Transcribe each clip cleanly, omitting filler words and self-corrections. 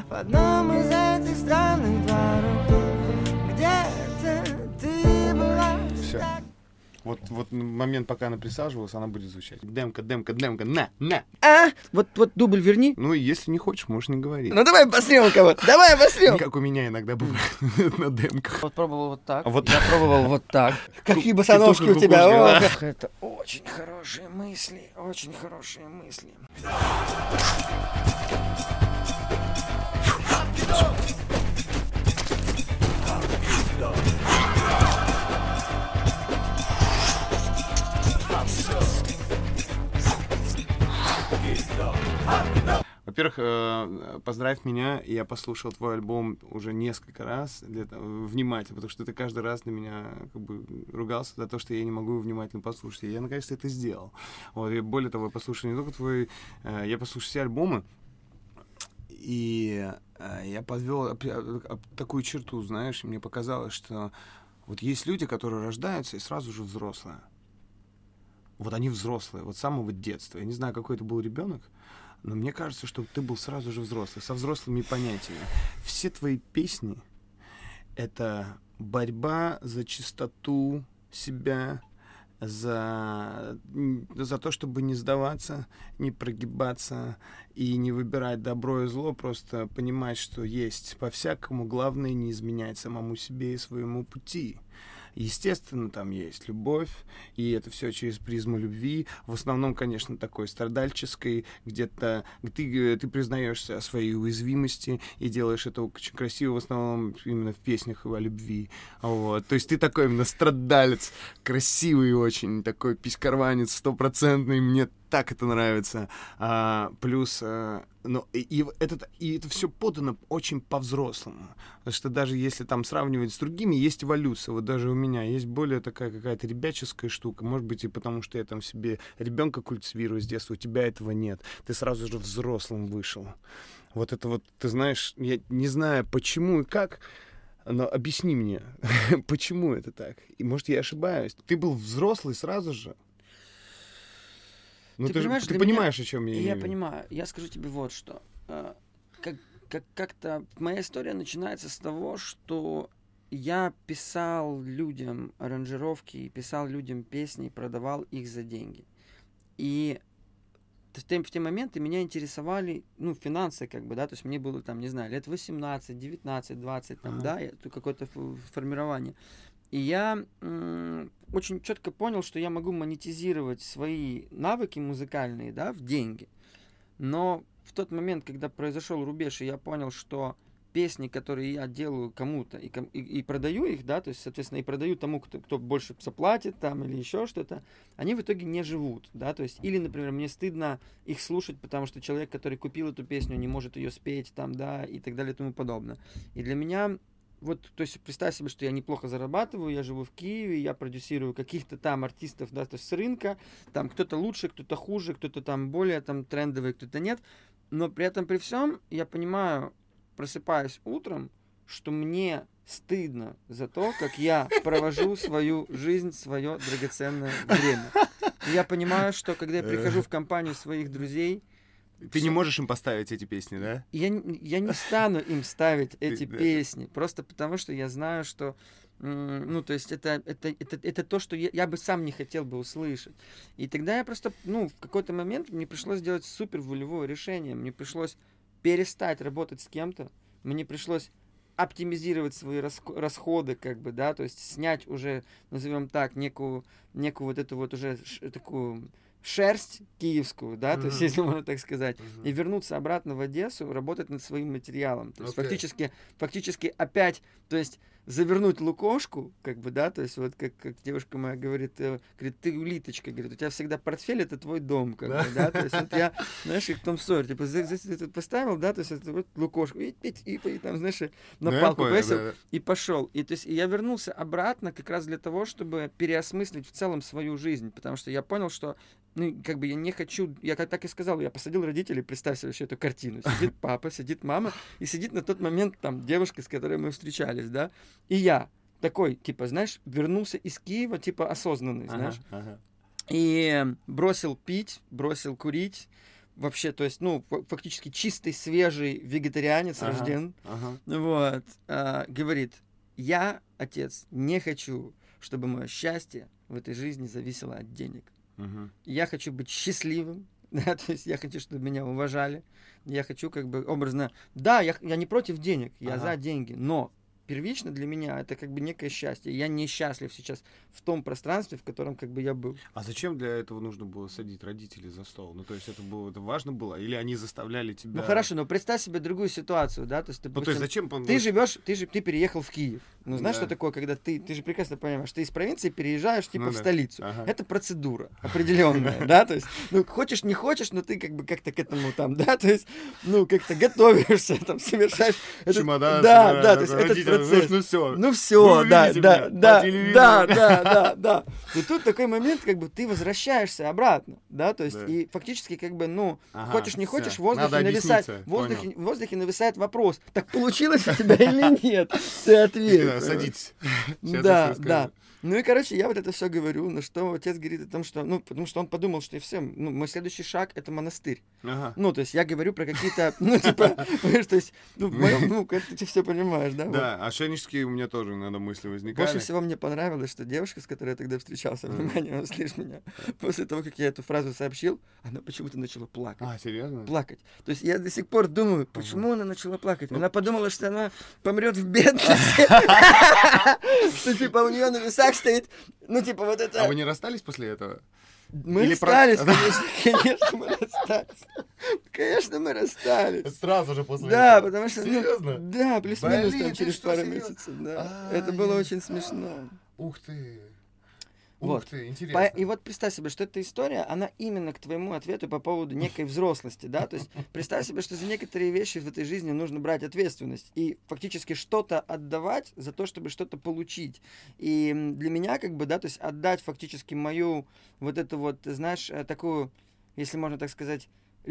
В одном из этих странных дворов где-то ты была. Все. Вот момент, пока она присаживалась, она будет звучать. Демка, на. Вот дубль верни. Ну, если не хочешь, можешь не говорить. Ну давай обосрем кого-то, давай обосрем. Как у меня иногда бывает на демках. Вот пробовал вот так, Вот. я пробовал вот так. Какие босоножки у тебя. кукушка, Ох, это очень хорошие мысли, очень хорошие мысли. Во-первых, поздравь меня, я послушал твой альбом уже несколько раз внимательно, потому что ты каждый раз на меня как бы ругался за то, что я не могу его внимательно послушать. И я наконец-то это сделал. Вот, и более того, я послушал не только я послушал все альбомы, и я подвел такую черту, знаешь, мне показалось, что вот есть люди, которые рождаются и сразу же взрослые. Вот они взрослые, вот с самого детства. Я не знаю, какой это был ребенок, но мне кажется, что ты был сразу же взрослый, со взрослыми понятиями. Все твои песни — это борьба за чистоту себя, за то, чтобы не сдаваться, не прогибаться и не выбирать добро и зло, просто понимать, что есть по-всякому, главное не изменять самому себе и своему пути. Естественно, там есть любовь, и это все через призму любви. В основном, конечно, такой страдальческой, где-то ты признаешься о своей уязвимости и делаешь это очень красиво, в основном именно в песнях о любви. Вот. То есть ты такой именно страдалец, красивый очень, такой писькарванец стопроцентный, мне так это нравится. Плюс... И это все подано очень по-взрослому. Потому что даже если там сравнивать с другими, есть эволюция. Вот даже у меня есть более такая какая-то ребяческая штука. Может быть, и потому что я там себе ребенка культивирую с детства. У тебя этого нет. Ты сразу же взрослым вышел. Вот это вот, ты знаешь, я не знаю, почему и как, но объясни мне, почему это так. И может, я ошибаюсь. Ты был взрослый сразу же. Ну, ты понимаешь, о чем я имею в виду? Я понимаю. Я скажу тебе вот что. Как-то моя история начинается с того, что я писал людям аранжировки, писал людям песни, продавал их за деньги. И в те моменты меня интересовали, финансы, как бы, да, то есть мне было, там, не знаю, лет 18, 19, 20, там, да, какое-то формирование. И я очень четко понял, что я могу монетизировать свои навыки музыкальные, да, в деньги. Но в тот момент, когда произошел рубеж, и я понял, что песни, которые я делаю кому-то и продаю их, да, то есть, соответственно, и продаю тому, кто больше заплатит там или еще что-то, они в итоге не живут, да, то есть, или, например, мне стыдно их слушать, потому что человек, который купил эту песню, не может ее спеть там, да, и так далее и тому подобное. И для меня... Вот, то есть, представь себе, что я неплохо зарабатываю, я живу в Киеве, я продюсирую каких-то там артистов, да, то есть с рынка, там кто-то лучше, кто-то хуже, кто-то там более там трендовый, кто-то нет, но при этом, при всем, я понимаю, просыпаясь утром, что мне стыдно за то, как я провожу свою жизнь, свое драгоценное время. И я понимаю, что когда я прихожу в компанию своих друзей, ты не можешь им поставить эти песни, да? Я не стану им ставить эти песни, просто потому что я знаю, что, то есть это то, что я бы сам не хотел бы услышать. И тогда я просто, в какой-то момент мне пришлось сделать супер волевое решение, мне пришлось перестать работать с кем-то, мне пришлось оптимизировать свои расходы, как бы, да, то есть снять уже, назовем так, некую вот эту вот уже такую... шерсть киевскую, да, то есть, если можно так сказать, и вернуться обратно в Одессу, работать над своим материалом. То есть, фактически опять, то есть, завернуть лукошку, как бы, да, то есть, вот как девушка моя говорит, ты улиточка, говорит, у тебя всегда портфель — это твой дом, как бы, да, то есть, вот я, знаешь, как Том Сойер, типа, ты поставил, да, то есть, это вот лукошку, и там, знаешь, на палку повесил, и пошел. И, то есть, я вернулся обратно как раз для того, чтобы переосмыслить в целом свою жизнь, потому что я понял, что как бы я не хочу, я так и сказал, я посадил родителей, представь себе еще эту картину. Сидит папа, сидит мама, и сидит на тот момент там девушка, с которой мы встречались, да, и я такой, типа, знаешь, вернулся из Киева, типа, осознанный, знаешь, и бросил пить, бросил курить, вообще, то есть, ну, фактически чистый, свежий вегетарианец рожден, вот, говорит, я, отец, не хочу, чтобы мое счастье в этой жизни зависело от денег. Я хочу быть счастливым, да, то есть я хочу, чтобы меня уважали, я хочу как бы образно, да, я не против денег, я за деньги, но первично для меня это как бы некое счастье. Я не счастлив сейчас в том пространстве, в котором как бы я был. А зачем для этого нужно было садить родителей за стол? Ну, то есть это важно было? Или они заставляли тебя... Ну, хорошо, но представь себе другую ситуацию, да? То есть, ты, то есть зачем... Ты живешь, ты переехал в Киев. Ну, знаешь, что такое, когда ты же прекрасно понимаешь, ты из провинции переезжаешь, типа, в столицу. Это процедура определенная, да? То есть, ну, хочешь, не хочешь, но ты как бы как-то к этому там, да? То есть, ну, как-то готовишься, там, совершаешь... Чемодан, да, то есть этот процесс. Ну все, да. И тут такой момент, как бы ты возвращаешься обратно, да, то есть и фактически как бы, ну, хочешь не хочешь, в воздухе нависает вопрос, так получилось у тебя или нет? Ты ответь. Садитесь. Да. Ну и, короче, я вот это все говорю, на что отец говорит о том, что, ну, потому что он подумал, что и все, ну, мой следующий шаг — это монастырь. Ну, то есть я говорю про какие-то, ну, типа, понимаешь, то есть, ну, в моем, ну, ты все понимаешь, да? Да, отшельнические у меня тоже иногда мысли возникали. Больше всего мне понравилось, что девушка, с которой я тогда встречался, внимание, услышь меня, после того, как я эту фразу сообщил, она почему-то начала плакать. А, серьезно? Плакать. То есть я до сих пор думаю, почему она начала плакать? Она подумала, что она помрет в бедности. Что, типа, у нее на весах стоит, ну, типа, вот это... А вы не расстались после этого? Мы расстались, конечно, мы расстались. Конечно, мы расстались. Сразу же после этого? Да, этого? потому что... Серьезно? Да, плюс-минус там через пару месяцев, да. Это было очень смешно. Ух ты. Вот. Ух ты, интересно. И вот представь себе, что эта история, она именно к твоему ответу по поводу некой взрослости, да, то есть представь себе, что за некоторые вещи в этой жизни нужно брать ответственность и фактически что-то отдавать за то, чтобы что-то получить. И для меня, как бы, да, то есть отдать фактически мою вот эту вот, знаешь, такую, если можно так сказать,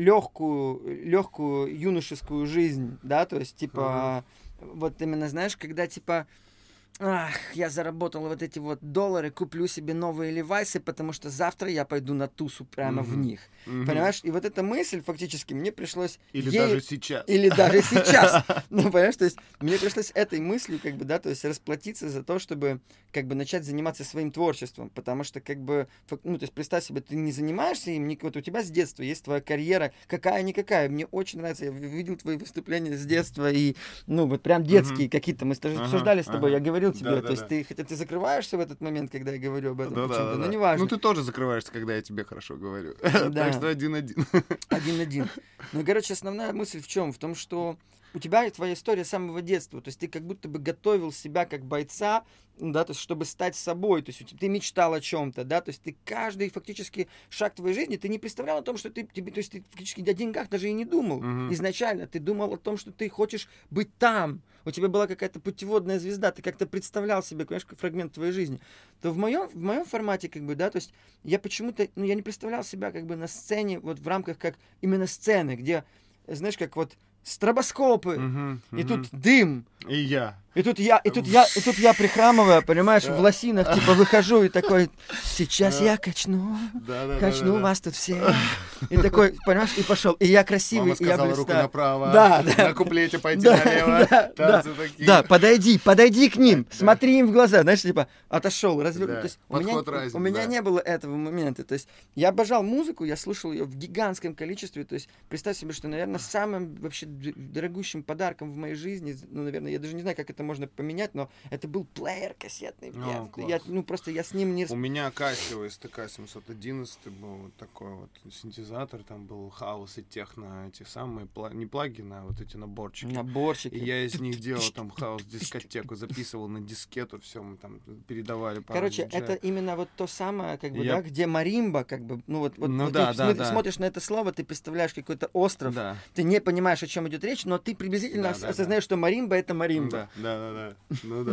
легкую юношескую жизнь, да, то есть, типа, вот именно, знаешь, когда, типа, я заработал вот эти вот $, куплю себе новые левайсы, потому что завтра я пойду на тусу прямо в них. Понимаешь? И вот эта мысль фактически мне пришлось... Даже сейчас. Или даже сейчас. Ну, понимаешь? То есть мне пришлось этой мыслью, как бы, да, то есть расплатиться за то, чтобы, как бы, начать заниматься своим творчеством. Потому что, как бы, ну, то есть представь себе, ты не занимаешься им, вот у тебя с детства есть твоя карьера, какая-никакая. Мне очень нравится, я видел твои выступления с детства, и, ну, вот прям детские какие-то. Мы даже обсуждали с тобой, я говорил тебе, то есть ты, хотя ты закрываешься в этот момент, когда я говорю об этом, но не важно. Ну ты тоже закрываешься, когда я тебе хорошо говорю. Так что 1-1. 1-1. Ну, короче, основная мысль в чем? В том, что у тебя твоя история с самого детства, то есть ты как будто бы готовил себя как бойца, да, то есть чтобы стать собой, то есть ты мечтал о чем-то, да, то есть ты каждый фактически шаг твоей жизни, ты не представлял о том, что то есть ты фактически о деньгах даже и не думал изначально, ты думал о том, что ты хочешь быть там, у тебя была какая-то путеводная звезда, ты как-то представлял себе, конечно, фрагмент твоей жизни, то в моем формате, как бы, да, то есть я почему-то, ну, я не представлял себя как бы на сцене, вот в рамках как именно сцены, где, знаешь, как вот стробоскопы, и тут дым. И я. И тут я прихрамывая, понимаешь, в лосинах, типа, выхожу и такой, сейчас я качну вас тут все. И такой, понимаешь, и пошел. И я красивый, и я блистаю. Руку направо, на куплете пойти налево. Да, подойди к ним, смотри им в глаза, знаешь, типа, отошел, развернул. То есть у меня не было этого момента. То есть я обожал музыку, я слушал ее в гигантском количестве. То есть представь себе, что, наверное, самым вообще дорогущим подарком в моей жизни, ну, наверное, я даже не знаю, как это можно поменять, но это был плеер кассетный. Я с ним не... У меня Casio STK 711 был вот такой вот синтезатор, там был хаос и техно, эти самые, не плагины, а вот эти наборчики. И я из них делал там хаос-дискотеку, записывал на дискету, все, мы там передавали. Короче, это именно вот то самое, как бы, да, где маримба, как бы, ну вот ты смотришь на это слово, ты представляешь какой-то остров, ты не понимаешь, о чем идет речь, но ты приблизительно осознаешь, что маримба — это маримба. Да. Ну да.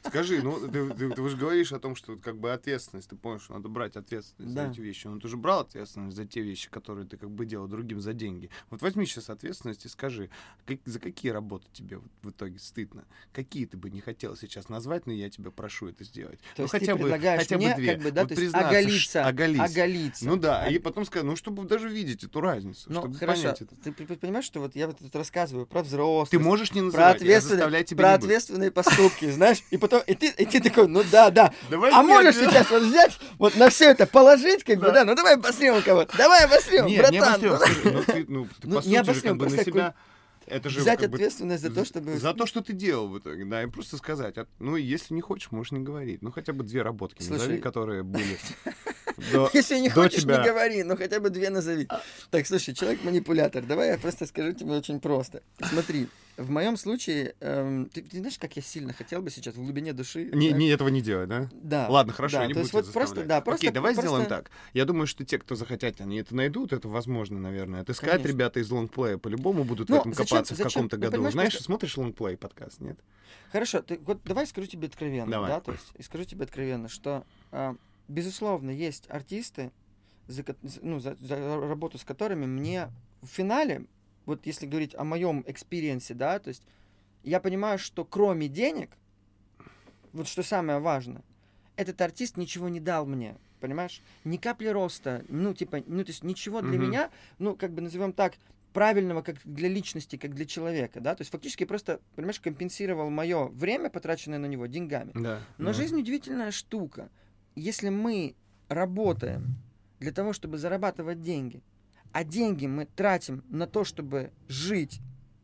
Скажи, ну ты же говоришь о том, что как бы ответственность, ты понял, что надо брать ответственность за эти вещи. Ну ты же брал ответственность за те вещи, которые ты как бы делал другим за деньги. Вот возьми сейчас ответственность и скажи, за какие работы тебе в итоге стыдно? Какие ты бы не хотел сейчас назвать, но я тебя прошу это сделать. То есть хотя ты предлагаешь хотя мне, бы две. как бы, да, Вот то есть признаться, оголиться. Ну да, и потом сказать, ну чтобы даже видеть эту разницу, Ну, чтобы хорошо. понять это. Ты понимаешь, что вот я вот тут рассказываю про взрослость, Ты можешь не про называть, я заставляю тебя про не быть. ответственные поступки, знаешь, и потом, и ты такой, ну да, Давай а нет, можешь нет. сейчас вот взять, вот на все это положить, как бы, да, ну давай обосрем кого-то, давай обосрем, Не, братан. не обострём, ну, скажи, ты Ну, по не сути же обострём, как бы на просто себя... Это же взять как бы ответственность за то, чтобы... За то, что ты делал в итоге, да, и просто сказать. Ну, если не хочешь, можешь не говорить. Ну, хотя бы 2 работки назови, Слушай, которые были Если не до хочешь, тебя. не говори, но хотя бы 2 назови. Так, слушай, человек-манипулятор, давай я просто скажу тебе очень просто. Смотри, в моем случае, ты знаешь, как я сильно хотел бы сейчас в глубине души... Не, этого не делать, да? Да. Ладно, хорошо, да, я не то буду есть тебя вот просто, заставлять. да, просто, Окей, давай просто- сделаем так. Я думаю, что те, кто захотят, они это найдут, это возможно, наверное. Отыскать Конечно. ребята из лонгплея по-любому будут в Ну, этом зачем- копаться в зачем? каком-то Ну, году. понимаешь, Знаешь, просто- смотришь лонгплей подкаст, нет? Хорошо, вот давай скажу тебе откровенно, Давай. да, то есть скажу тебе откровенно, что, безусловно, есть артисты, за работу с которыми мне в финале, вот если говорить о моем экспириенсе, да, то есть я понимаю, что кроме денег, вот что самое важное, этот артист ничего не дал мне, понимаешь? Ни капли роста, то есть ничего для Мгм. меня, как бы назовем так, правильного как для личности, как для человека, да, то есть фактически просто, понимаешь, компенсировал мое время, потраченное на него, деньгами. Да. Но жизнь удивительная штука. Если мы работаем для того, чтобы зарабатывать деньги, а деньги мы тратим на то, чтобы жить,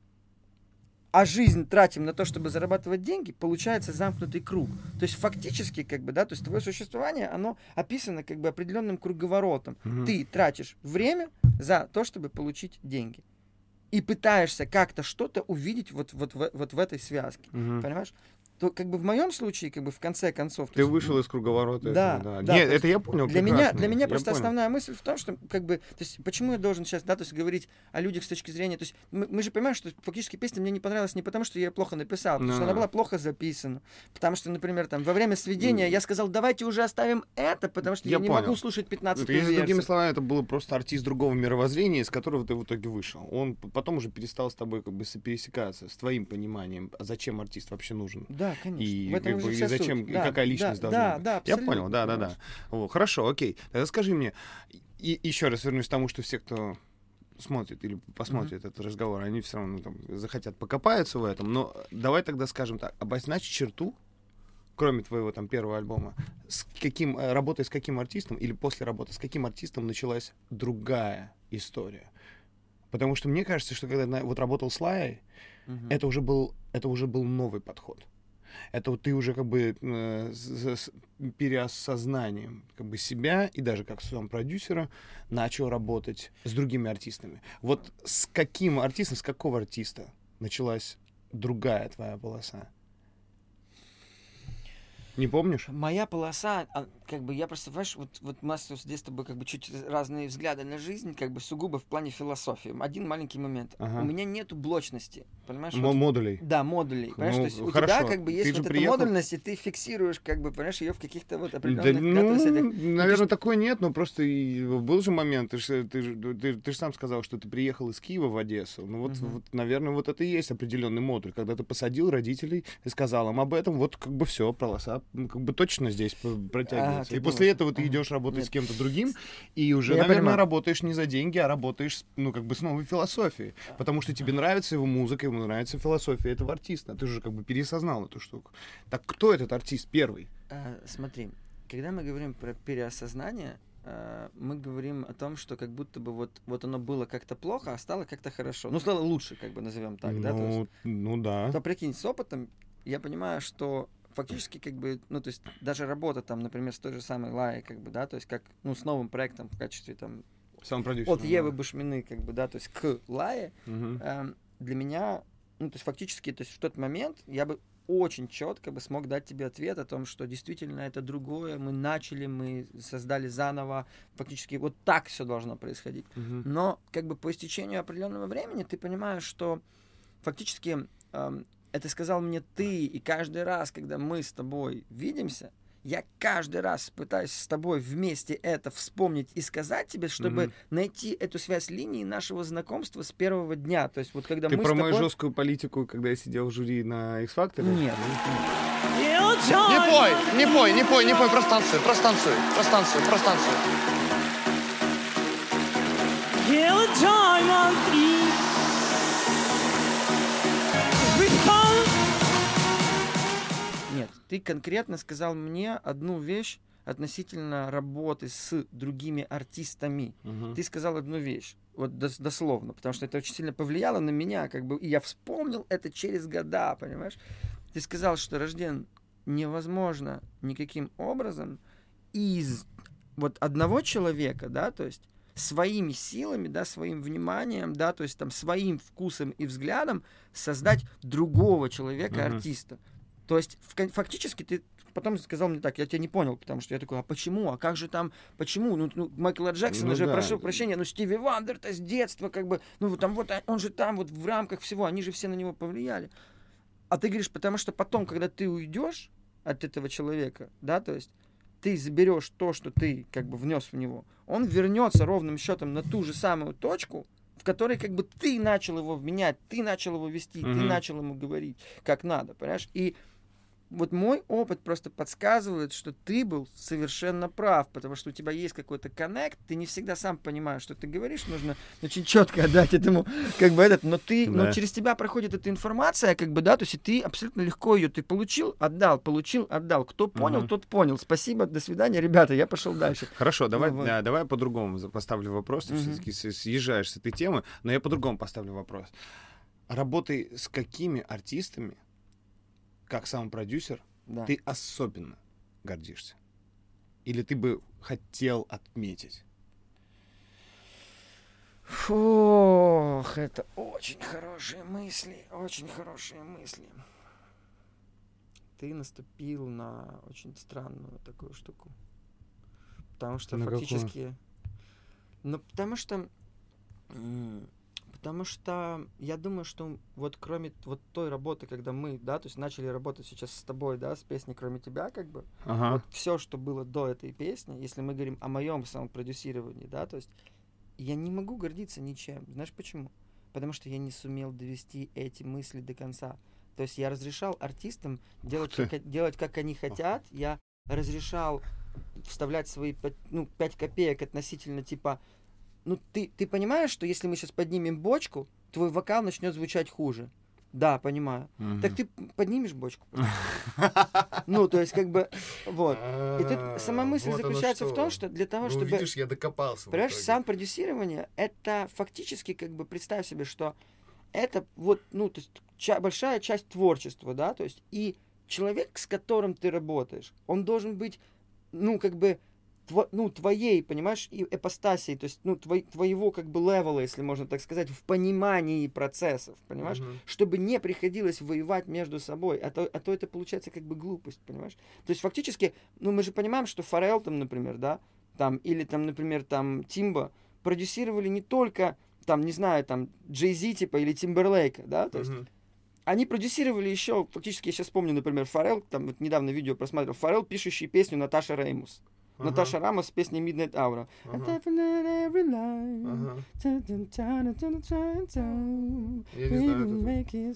а жизнь тратим на то, чтобы зарабатывать деньги, получается замкнутый круг. То есть фактически, как бы, да, то есть твое существование, оно описано как бы определенным круговоротом. Мгм. Ты тратишь время за то, чтобы получить деньги. И пытаешься как-то что-то увидеть вот в этой связке. Мгм. Понимаешь? То как бы в моем случае, как бы в конце концов... то Ты есть, вышел из круговорота Да, этого, да, Нет, то есть это я понял для прекрасно. меня Я просто понял. основная мысль в том, что как бы, то есть почему я должен сейчас, да, то есть говорить о людях с точки зрения, то есть мы же понимаем, что фактически песня мне не понравилась не потому, что я ее плохо написал, потому что она была плохо записана, потому что, например, там во время сведения я сказал, давайте уже оставим это, потому что я не понял. могу слушать 15 Если другими версию. словами, это был просто артист другого мировоззрения, из которого ты в итоге вышел. Он потом уже перестал с тобой как бы пересекаться, с твоим пониманием, а зачем артист вообще нужен. Да, конечно. И, в этом как же бы, и вся зачем, суть. и Да, какая личность да, должна быть. да, Я абсолютно, понял, да. понимаешь. Вот, хорошо, окей. Тогда скажи мне, и еще раз вернусь к тому, что все, кто смотрит или посмотрит этот разговор, они все равно там захотят покопаются в этом, но давай тогда скажем так, обозначь черту, кроме твоего там первого альбома, работая с каким артистом или после работы с каким артистом началась другая история. Потому что мне кажется, что когда я вот работал с Лайей, Мгм. это уже был новый подход. Это вот ты уже как бы переосознанием как бы себя и даже как сам продюсера начал работать с другими артистами. Вот с каким артистом, с какого артиста началась другая твоя полоса? Не помнишь? Моя полоса, как бы я просто, понимаешь, вот у нас здесь с тобой как бы чуть разные взгляды на жизнь, как бы сугубо в плане философии. Один маленький момент. Ага. У меня нету блочности, понимаешь? Модулей. Да, модулей. Понимаешь, Ну, то есть у хорошо. тебя как бы Ты есть же вот эта приехал- модульность, и ты фиксируешь, как бы, понимаешь, ее в каких-то вот Да, определенных... то есть это- наверное, такой нет, но просто был же момент, ты же сам сказал, что ты приехал из Киева в Одессу. Ну вот, наверное, вот это и есть определенный модуль, когда ты посадил родителей и сказал им об этом, вот как бы все, полоса как бы точно здесь протягивается. ты И после думаешь? этого ты идешь работать Нет. с кем-то другим, и уже, Я наверное, понимаю. работаешь не за деньги, а работаешь, как бы с новой философией. Потому что тебе нравится его музыка, ему нравится философия этого артиста. Ты же как бы переосознал эту штуку. Так кто этот артист первый? Смотри, когда мы говорим про переосознание, мы говорим о том, что как будто бы вот оно было как-то плохо, а стало как-то хорошо. Ну, стало лучше, как бы назовем так, да? То есть, Да. то прикинь, с опытом я понимаю, что фактически, как бы, то есть, даже работа там, например, с той же самой Лайей, как бы, да, то есть, как, с новым проектом в качестве там Сам продюсер. от Евы Бушмины, как бы, да, то есть, к Лае, Мгм. для меня, то есть, фактически, то есть, в тот момент я бы очень четко бы смог дать тебе ответ о том, что действительно это другое, мы создали заново, фактически вот так все должно происходить. Мгм. Но как бы по истечению определенного времени ты понимаешь, что фактически это сказал мне ты, и каждый раз, когда мы с тобой видимся, я каждый раз пытаюсь с тобой вместе это вспомнить и сказать тебе, чтобы найти эту связь линии нашего знакомства с первого дня. То есть вот когда Ты мы про с тобой... мою жесткую политику, когда я сидел в жюри на X-Factor? Нет. Не пой, просто танцуй. Нет, ты конкретно сказал мне одну вещь относительно работы с другими артистами. Ты сказал одну вещь, вот дословно, потому что это очень сильно повлияло на меня, как бы, и я вспомнил это через года, понимаешь? Ты сказал, что Рожден невозможно никаким образом из вот одного человека, да, то есть своими силами, да, своим вниманием, да, то есть там своим вкусом и взглядом создать другого человека, артиста. То есть фактически ты потом сказал мне так, я тебя не понял, потому что я такой, а почему, а как же там, почему, ну Майкла Джексона же, прошу прощения, ну Стиви Вандер-то с детства, как бы, ну там вот он же там вот в рамках всего, они же все на него повлияли. А ты говоришь, потому что потом, когда ты уйдешь от этого человека, да, то есть ты заберешь то, что ты как бы внес в него, он вернется ровным счетом на ту же самую точку, в которой как бы ты начал его менять, ты начал его вести, ты начал ему говорить как надо, понимаешь? И вот мой опыт просто подсказывает, что ты был совершенно прав, потому что у тебя есть какой-то коннект, ты не всегда сам понимаешь, что ты говоришь, нужно очень четко отдать этому, как бы но ты, но через тебя проходит эта информация, как бы, да, то есть и ты абсолютно легко ее, ты получил, отдал, кто понял, тот понял, спасибо, до свидания, ребята, я пошел дальше. Хорошо, давай по-другому поставлю вопрос, ты все-таки съезжаешь с этой темы, но я по-другому поставлю вопрос. Работай с какими артистами, как сам продюсер, ты особенно гордишься? Или ты бы хотел отметить? Ох, это очень хорошие мысли, очень хорошие мысли. Ты наступил на очень странную такую штуку. Потому что на фактически... Какую? Ну, потому что я думаю, что вот кроме вот той работы, когда мы, да, то есть начали работать сейчас с тобой, да, с песней «Кроме тебя», как бы, вот все, что было до этой песни, если мы говорим о моем саунд-продюсировании, да, то есть я не могу гордиться ничем. Знаешь почему? Потому что я не сумел довести эти мысли до конца. То есть я разрешал артистам делать как они хотят, я разрешал вставлять свои 5 копеек относительно типа... Ну, ты понимаешь, что если мы сейчас поднимем бочку, твой вокал начнет звучать хуже? Да, понимаю. Так ты поднимешь бочку. Ну, то есть, как бы, вот. И тут сама мысль заключается в том, что для того, чтобы... видишь, я докопался. Понимаешь, сам продюсирование, это фактически, как бы, представь себе, что это вот, ну, то есть, большая часть творчества, да, то есть, и человек, с которым ты работаешь, он должен быть, ну, как бы, твоей, понимаешь, эпостасией, то есть, ну, твоего, как бы, левела, если можно так сказать, в понимании процессов, понимаешь, чтобы не приходилось воевать между собой, а то это получается, как бы, глупость, понимаешь, то есть, фактически, ну, мы же понимаем, что Фаррелл, там, например, да, там, или, там, например, там, Тимбо продюсировали не только, там, не знаю, там, Джей-Зи, типа, или Тимберлейка, да, то есть, они продюсировали еще, фактически, я сейчас помню, например, Фаррелл, там, вот недавно видео просматривал, Фаррелл, пишущий песню Наташа Реймус. Наташа Рамос с песней Midnight Hour. Я не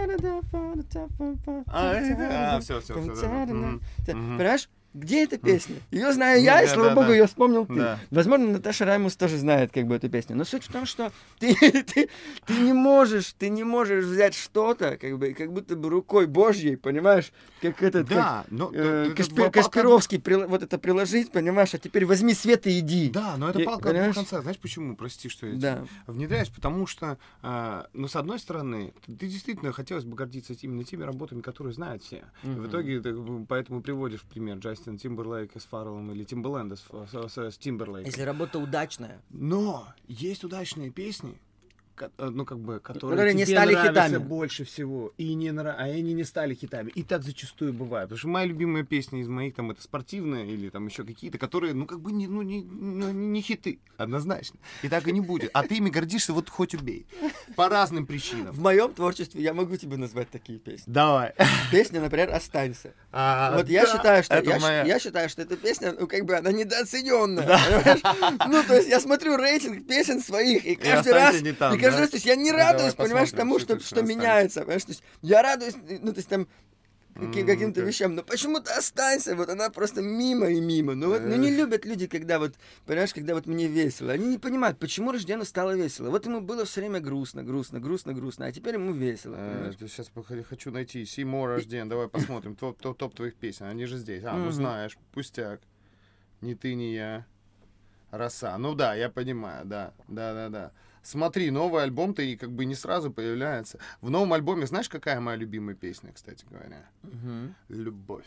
знаю. Все. Понимаешь? Где эта песня? Ее знаю я, и, слава богу, ее вспомнил ты. Да. Возможно, Наташа Раймус тоже знает, как бы, эту песню. Но суть в том, что ты не можешь взять что-то, как бы, как будто бы рукой Божьей, понимаешь? Как этот, да, Кашпировский, вот это приложить, понимаешь? А теперь возьми свет и иди. Да, но это палка от двух концах. Знаешь почему? Прости, что я внедряюсь. Потому что, ну, с одной стороны, ты действительно хотелось бы гордиться именно теми работами, которые знают все. И в итоге ты поэтому приводишь в пример Джастин Тимберлейка с Фарреллом или Тимбаленда с Тимберлейком. Если работа удачная. Но есть удачные песни, ну, как бы, Которые не тебе стали нравятся хитами. больше всего, а они не стали хитами. И так зачастую бывает. Потому что моя любимая песня из моих, там, это спортивная или там еще какие-то, которые, ну, как бы, не хиты, однозначно. И так и не будет. А ты ими гордишься, вот хоть убей. По разным причинам. В моем творчестве я могу тебе назвать такие песни. Давай. Песня, например, «Останься». Вот я считаю, что я считаю, что эта песня, ну, как бы, она недооцененная. Понимаешь? Ну, то есть я смотрю рейтинг песен своих, и каждый раз, то есть я не радуюсь, понимаешь, тому, что меняется, понимаешь, то есть я радуюсь, ну, то есть там, каким-то вещам, но почему-то «Останься», вот она просто мимо и мимо. Ну, вот, ну не любят люди, когда вот, понимаешь, когда вот мне весело. Они не понимают, почему Рождену стало весело. Вот ему было все время грустно, а теперь ему весело. Сейчас хочу найти Симо Рожден, давай посмотрим, топ твоих песен, они же здесь. Ну знаешь, пустяк, ни ты, ни я, роса. Ну да, я понимаю, да. Смотри, новый альбом-то и как бы не сразу появляется. В новом альбоме знаешь, какая моя любимая песня, кстати говоря? «Любовь».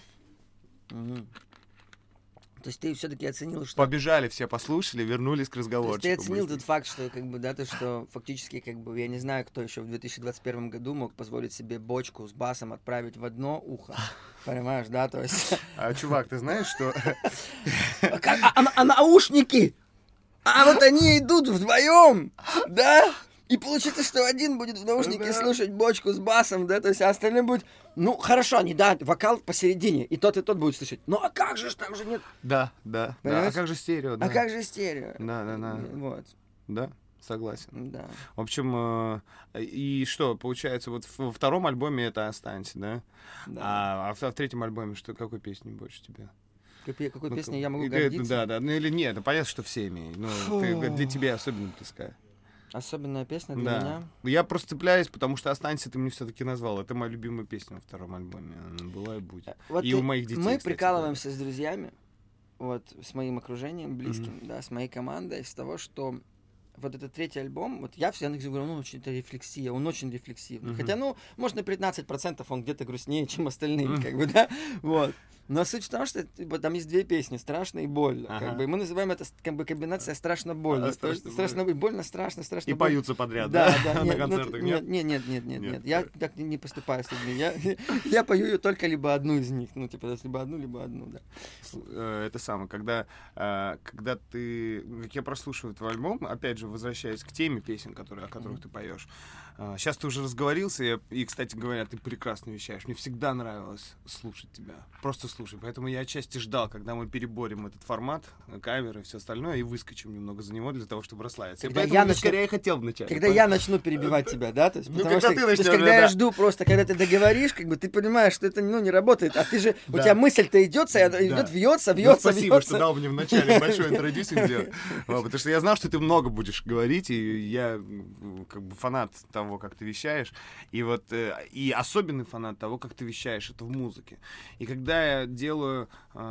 То есть ты все-таки оценил, что... Побежали все, послушали, вернулись к разговору. То есть ты оценил тот факт, что, как бы, да, то, что фактически, как бы, я не знаю, кто еще в 2021 году мог позволить себе бочку с басом отправить в одно ухо. Понимаешь, да, то есть... Чувак, ты знаешь, что... А наушники? А вот они идут вдвоем, да? И получится, что один будет в наушнике слушать бочку с басом, да, то есть, а остальные будут, ну, хорошо, они, да, вокал посередине, и тот будет слышать. Ну, а как же ж, там же нет... Да. А как же стерео, да. А как же стерео? Да. Вот. Да, согласен. Да. В общем, и что, получается, вот во втором альбоме это «Останься», да? Да. А в третьем альбоме какой песни больше тебе? Какой песней я могу гордиться? Да, ну или нет, понятно, что всеми. Ну, для тебя особенно близкая. Особенная песня для меня. Я просто цепляюсь, потому что «Останься» ты мне все-таки назвал. Это моя любимая песня во втором альбоме. Она была и будет. Вот и у моих детей, мы кстати, прикалываемся с друзьями, вот, с моим окружением близким, да, с моей командой, с того, что вот этот третий альбом, вот я всегда говорю, он очень рефлексивный. Хотя, ну, может, на 15% он где-то грустнее, чем остальные, как бы, да, вот. Но суть в том, что там есть две песни, «Страшно» и «Больно». Как бы, и мы называем это как бы комбинация «страшно-больно». Страшно и больно, страшно и поются подряд, да? На концертах, нет? Нет. Я так не поступаю с людьми. Я пою ее только либо одну из них. Ну, типа, либо одну, да. Это самое, когда ты... Как я прослушиваю твой альбом, опять же, возвращаясь к теме песен, о которых ты поешь. Сейчас ты уже разговорился, и, кстати говоря, ты прекрасно вещаешь. Мне всегда нравилось слушать тебя. Просто слушай. Поэтому я отчасти ждал, когда мы переборем этот формат, камеры и все остальное, и выскочим немного за него для того, чтобы расслабиться. Поэтому скорее я хотел вначале. Когда я начну перебивать тебя, да? То есть, потому что, ты когда я жду просто, когда ты договоришь, как бы ты понимаешь, что это, ну, не работает, а ты же, у тебя мысль-то идет, вьется. Спасибо, что дал мне вначале большой интродюсинг сделать. Потому что я знал, что ты много будешь говорить, и я как бы фанат того, как ты вещаешь, и вот и особенный фанат того, как ты вещаешь это в музыке. И когда я делаю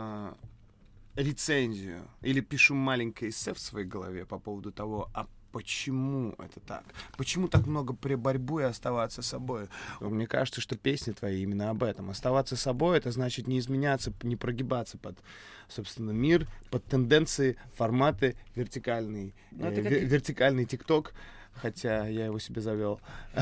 рецензию или пишу маленькое эссе в своей голове по поводу того, почему это так? Почему так много при борьбе и оставаться собой? Мне кажется, что песни твои именно об этом. Оставаться собой — это значит не изменяться, не прогибаться под, собственно, мир, под тенденции, форматы, вертикальный ТикТок. Хотя я его себе завел.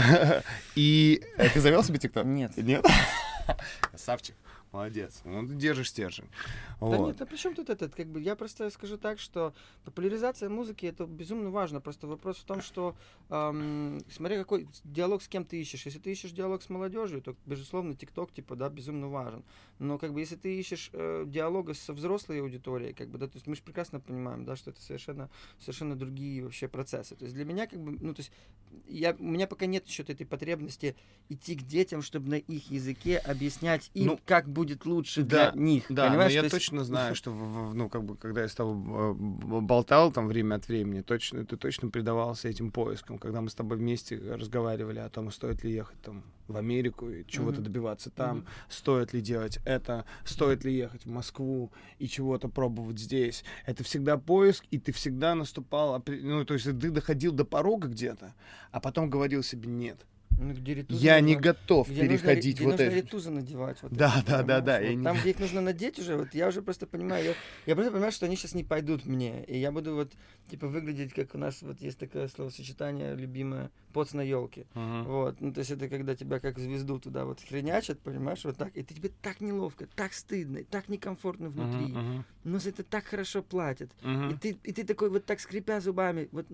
И ты завел себе ТикТок? Нет. Нет? Красавчик. Молодец. Ну, ты держишь стержень. Да Вот. нет, а при чем тут этот? Как бы я просто скажу так, что популяризация музыки — это безумно важно. Просто вопрос в том, что смотри, какой диалог с кем ты ищешь. Если ты ищешь диалог с молодежью, то, безусловно, ТикТок, типа, да, безумно важен. Но как бы если ты ищешь диалога со взрослой аудиторией, как бы, да, то есть мы же прекрасно понимаем, да, что это совершенно другие вообще процессы. То есть для меня, как бы, ну, то есть у меня пока нет еще этой потребности идти к детям, чтобы на их языке объяснять им, как будет лучше для них. Да, понимаешь? Но я точно знаю, что, ну, как бы, когда я с тобой болтал там время от времени, ты точно предавался этим поискам, когда мы с тобой вместе разговаривали о том, стоит ли ехать там в Америку и чего-то добиваться там, стоит ли делать это, стоит ли ехать в Москву и чего-то пробовать здесь. Это всегда поиск, и ты всегда наступал, ну, то есть ты доходил до порога где-то, а потом говорил себе: нет, Ну, где ритузы Я не нужно- готов где переходить где вот нужно это. ритузы надевать. Вот Да, эти, да, да, понимаешь? да, Вот я не- там, где их нужно надеть уже, вот я уже просто понимаю, я просто понимаю, что они сейчас не пойдут мне. И я буду вот, типа, выглядеть, как у нас вот есть такое словосочетание любимое, поц на елке. Мгм. Вот, ну, то есть это когда тебя как звезду туда вот хренячат, понимаешь, вот так, и тебе так неловко, так стыдно, и так некомфортно внутри, Мгм, но за это так хорошо платят. мгм, И мгм. ты такой вот так скрипя зубами, вот,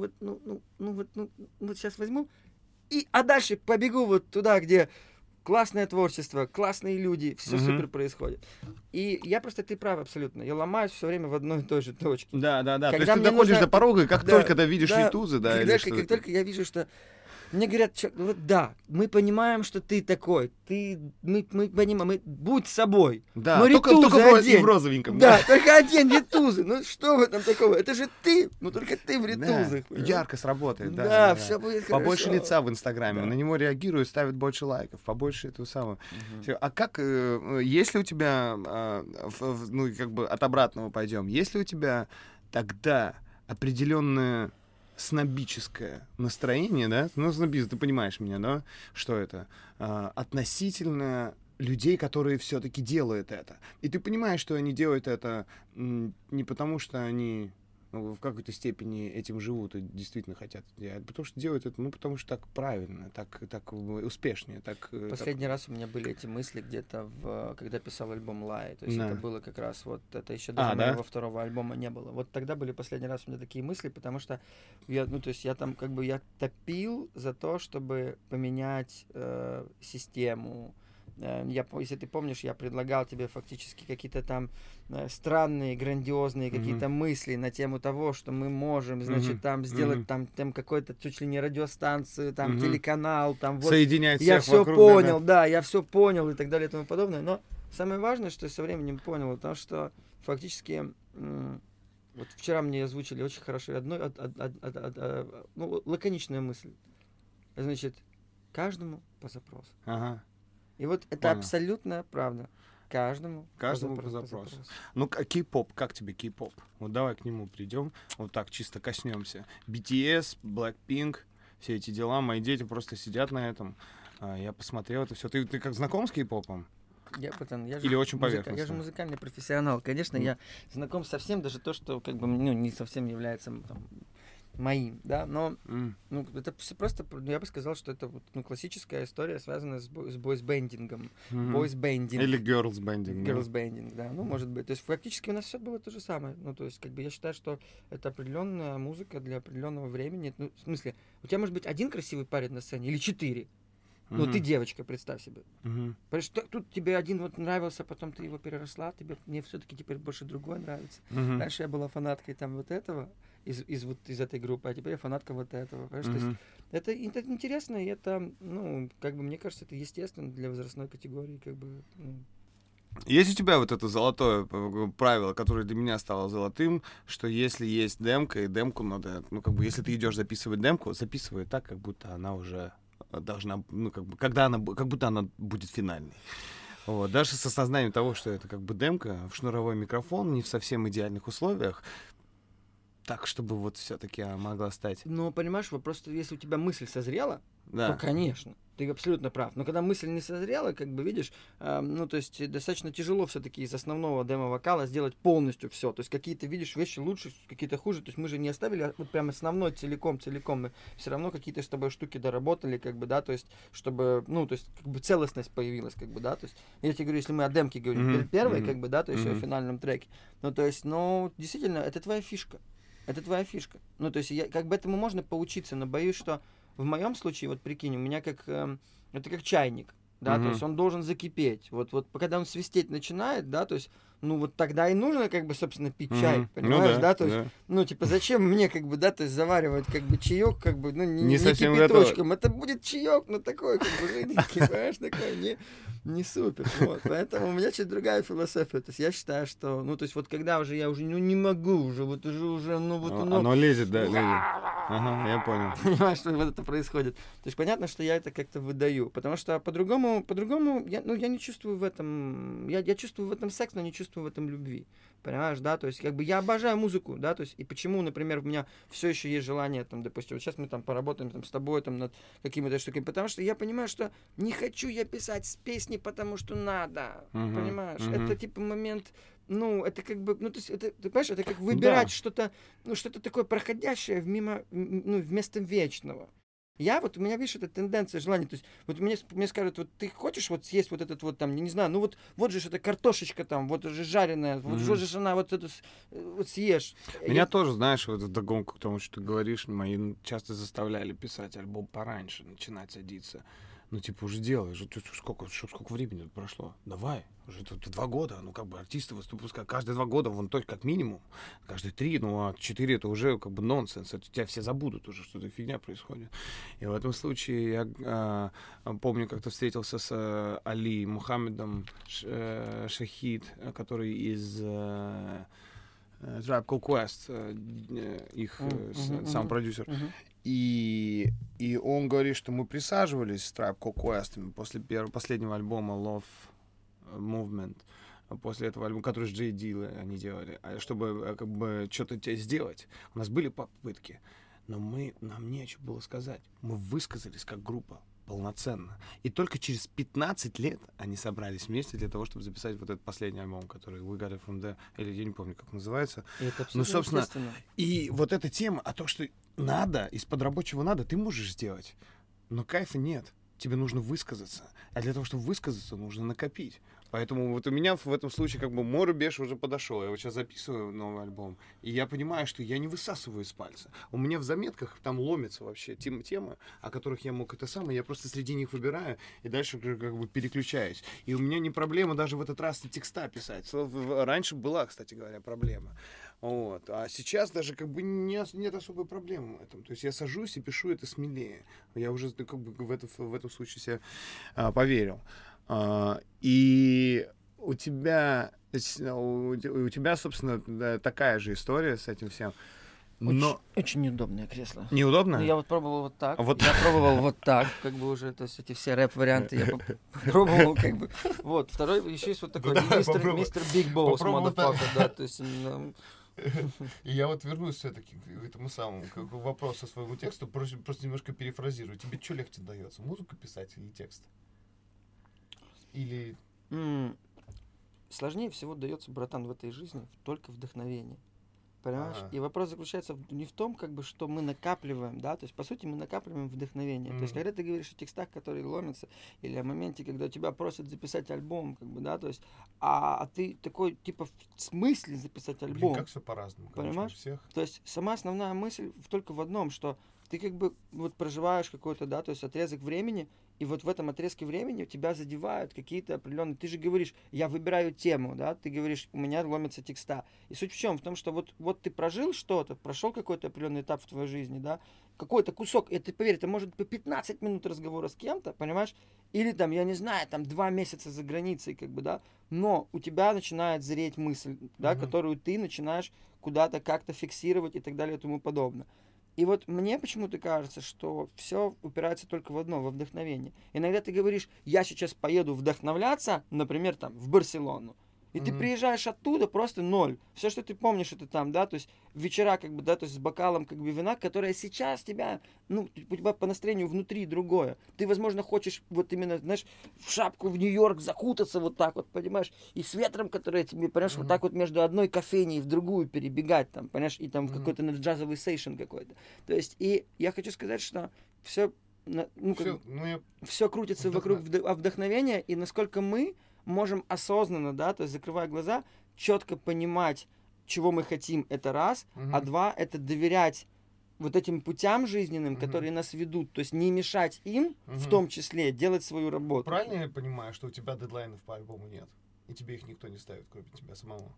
вот сейчас возьму, а дальше побегу вот туда, где классное творчество, классные люди, все Мгм. супер происходит. И я просто, ты прав абсолютно, я ломаюсь все время в одной и той же точке. Да, да, да. То Когда есть ты мне доходишь нужно- до порога, и как Да, только ты видишь да, ритузы, да, когда, или что как это? только я вижу, что мне говорят, вот да, мы понимаем, что ты такой, мы понимаем, будь собой. Да, но только ритузы и одень. в розовеньком. Да, только одень ритузы. Ну что в этом такого? Это же ты, ну только ты в Да, ритузах. понимаешь? ярко сработает, да. Да, все будет хорошо. Побольше лица в Инстаграме, Да. на него реагируют, ставят больше лайков, побольше этого самого. Всё. А как, если у тебя, ну, как бы от обратного пойдем, если у тебя тогда определенное снобическое настроение, да, ну, снобизм, ты понимаешь меня, да, что это, относительно людей, которые все-таки делают это. И ты понимаешь, что они делают это не потому, что они в какой-то степени этим живут и действительно хотят делать, потому что делают это, ну, потому что так правильно, так успешнее, так... Последний раз у меня были эти мысли где-то, когда писал альбом «Лай». То есть Да. это было как раз вот, это еще даже да? моего второго альбома не было. Вот тогда были последний раз у меня такие мысли, потому что я, ну, то есть я там как бы, я топил за то, чтобы поменять систему. Если ты помнишь, я предлагал тебе фактически какие-то там странные, грандиозные какие-то мысли на тему того, что мы можем, значит, там сделать там какой-то чуть ли не радиостанцию, там телеканал, там вот. Соединять Я всех все вокруг, понял, да, я все понял и так далее и тому подобное. Но самое важное, что я со временем понял, то, что фактически вот вчера мне озвучили очень хорошо лаконичная мысль. Значит, каждому по запросу. Ага. И вот это Понял. абсолютно правда. Каждому по запросу. Ну, кей-поп, как тебе кей-поп? Вот давай к нему придем, вот так чисто коснемся. BTS, Blackpink, все эти дела, мои дети просто сидят на этом. Я посмотрел это все. Ты как знаком с кей-попом? Я же Или очень я же поверхностно? музыкальный профессионал. Конечно, я знаком со всем, даже то, что как бы ну, не совсем является там, моим, да, но ну, это просто, я бы сказал, что это вот, ну, классическая история, связанная с бойсбендингом. Бойсбендинг. Или girls-бендинг. Girls-бендинг, да, ну, может быть. То есть, фактически у нас все было то же самое. Ну, то есть, как бы я считаю, что это определенная музыка для определенного времени. Ну, в смысле, у тебя может быть один красивый парень на сцене или 4. Ну, ты девочка, представь себе. Потому что тут тебе один вот нравился, потом ты его переросла, мне все-таки теперь больше другой нравится. Раньше я была фанаткой там вот этого, из этой группы, а теперь я фанатка вот этого. То есть это интересно, и это, ну, как бы, мне кажется, это естественно для возрастной категории, как бы, ну. Есть у тебя вот это золотое правило, которое для меня стало золотым, что если есть демка, и демку надо, ну, как бы, если ты идешь записывать демку, записывай так, как будто она уже должна, ну, как бы, как будто она будет финальной. Вот. Даже с осознанием того, что это как бы демка в шнуровой микрофон, не в совсем идеальных условиях, так, чтобы вот все-таки могла стать. Но, понимаешь, вопрос, если у тебя мысль созрела, Да. то, конечно, ты абсолютно прав. Но когда мысль не созрела, как бы, видишь, ну, то есть достаточно тяжело все-таки из основного демо-вокала сделать полностью все. То есть какие-то, видишь, вещи лучше, какие-то хуже. То есть мы же не оставили вот прям основной целиком. Мы все равно какие-то с тобой штуки доработали, как бы, да, то есть, чтобы, ну, то есть, как бы целостность появилась, как бы, да, то есть, я тебе говорю, если мы о демке говорим, первой, как бы, да, то есть о финальном треке. Ну, то есть, ну, действительно, это твоя фишка. Это твоя фишка. Ну, то есть, как бы этому можно поучиться, но боюсь, что в моем случае, вот прикинь, у меня как, это как чайник, да, то есть он должен закипеть. Вот когда он свистеть начинает, да, то есть, ну, вот тогда и нужно, как бы, собственно, пить чай, понимаешь, ну, да, то есть, ну, типа, зачем мне, как бы, да, то есть, заваривать, как бы, чаек, как бы, ну, не совсем кипяточком, это будет чаек, ну, такой, как бы, жиденький, понимаешь, такой, не супер, вот, поэтому у меня чуть другая философия, то есть, я считаю, что, ну, то есть, вот когда уже я уже, ну, не могу уже, вот уже, ну, вот оно... Оно лезет, да, лезет. Ага, я понял. Понимаешь, что вот это происходит. То есть понятно, что я это как-то выдаю, потому что по-другому я не чувствую в этом, я чувствую в этом секс, но не чувствую чувствую в этом любви. Понимаешь, да, то есть, как бы я обожаю музыку, да, то есть, и почему, например, у меня все еще есть желание, там, допустим, вот сейчас мы там поработаем там, с тобой там над какими-то штуками, потому что я понимаю, что не хочу я писать песни, потому что надо, понимаешь, это типа момент, ну, это как бы, ну, то есть, это, ты понимаешь, это как выбирать что-то, ну, что-то такое проходящее ну, вместо вечного. У меня, видишь, это тенденция, желание, то есть, вот мне скажут, вот ты хочешь вот съесть вот этот вот там, не знаю, ну вот же эта картошечка там, вот же жареная, вот же она вот эту вот съешь. Меня тоже, знаешь, вот вдогонку к тому, что ты говоришь, мои часто заставляли писать альбом пораньше, начинать садиться. Ну, типа, уже делай, уже сколько времени прошло? Давай, уже тут 2 года, ну, как бы артисты выступают каждые 2 года, вон только как минимум, каждые 3, ну, а 4 это уже как бы нонсенс, это тебя все забудут уже, что-то фигня происходит. И в этом случае я помню, как-то встретился с Али Мухаммедом Шахид, который из Tribe Called Quest, их сам продюсер. И он говорит, что мы присаживались с Tribe Called Quest после последнего альбома Love Movement, после этого альбома, который с Джей Дилла они делали, чтобы как бы что-то сделать. У нас были попытки, но нам нечего было сказать. Мы высказались как группа полноценно. И только через 15 лет они собрались вместе для того, чтобы записать вот этот последний альбом, который We Got It From There, или я не помню, как называется. Ну, собственно, и вот эта тема о том, что надо, из-под рабочего надо, ты можешь сделать, но кайфа нет. Тебе нужно высказаться. А для того, чтобы высказаться, нужно накопить. Поэтому вот у меня в этом случае как бы мой рубеж уже подошел. Я вот сейчас записываю новый альбом, и я понимаю, что я не высасываю из пальца. У меня в заметках там ломятся вообще темы, о которых я мог это самое. Я просто среди них выбираю и дальше как бы переключаюсь. И у меня не проблема даже в этот раз текста писать. Раньше была, кстати говоря, проблема. Вот. А сейчас даже как бы нет особой проблемы в этом. То есть я сажусь и пишу это смелее. Я уже как бы в этом случае себе поверил. И у тебя, собственно, такая же история с этим всем. Но... Очень неудобное кресло. Неудобно? Ну, я вот пробовал вот так. Вот. Я пробовал вот так, как бы уже, то есть эти все рэп-варианты я попробовал, как бы. Вот, второй, еще есть вот такой мистер Биг Босс, motherfucker, да, то есть... И я вот вернусь все-таки к этому самому к вопросу своему тексту, просто немножко перефразирую. Тебе что легче дается, музыку писать или текст? Или... Сложнее всего дается, братан, в этой жизни только вдохновение. Понимаешь? Ага. И вопрос заключается не в том, как бы, что мы накапливаем, да, то есть, по сути, мы накапливаем вдохновение. То есть, когда ты говоришь о текстах, которые ломятся, или о моменте, когда тебя просят записать альбом, как бы, да, то есть, а ты такой, типа, в смысле записать альбом? Блин, как все по-разному, конечно, понимаешь? у всех. То есть, сама основная мысль только в одном, что ты как бы вот проживаешь какой-то, да, то есть отрезок времени, и вот в этом отрезке времени тебя задевают какие-то определенные... Ты же говоришь, я выбираю тему, да, ты говоришь, у меня ломятся текста. И суть в чем? В том, что вот ты прожил что-то, прошел какой-то определенный этап в твоей жизни, да, какой-то кусок, и ты поверь, это может быть 15 минут разговора с кем-то, понимаешь, или там, я не знаю, там 2 месяца за границей, как бы, да, но у тебя начинает зреть мысль, да, которую ты начинаешь куда-то как-то фиксировать и так далее и тому подобное. И вот мне почему-то кажется, что все упирается только в одно, во вдохновение. Иногда ты говоришь, я сейчас поеду вдохновляться, например, там, в Барселону. И ты приезжаешь оттуда просто ноль. Все, что ты помнишь, это там, да, то есть вечера, как бы, да, то есть с бокалом, как бы, вина, которое сейчас тебя, ну, у тебя по настроению внутри другое. Ты, возможно, хочешь вот именно, знаешь, в шапку в Нью-Йорк закутаться вот так вот, понимаешь, и с ветром, который тебе, понимаешь, вот так вот между одной кофейней в другую перебегать, там, понимаешь, и там какой-то джазовый сейшн какой-то. То есть, и я хочу сказать, что все, ну, все крутится вокруг вдохновения, и насколько мы можем осознанно, да, то есть закрывая глаза, четко понимать, чего мы хотим, это раз, а два, это доверять вот этим путям жизненным, которые нас ведут, то есть не мешать им, в том числе, делать свою работу. Правильно я понимаю, что у тебя дедлайнов по альбому нет? И тебе их никто не ставит, кроме тебя самого?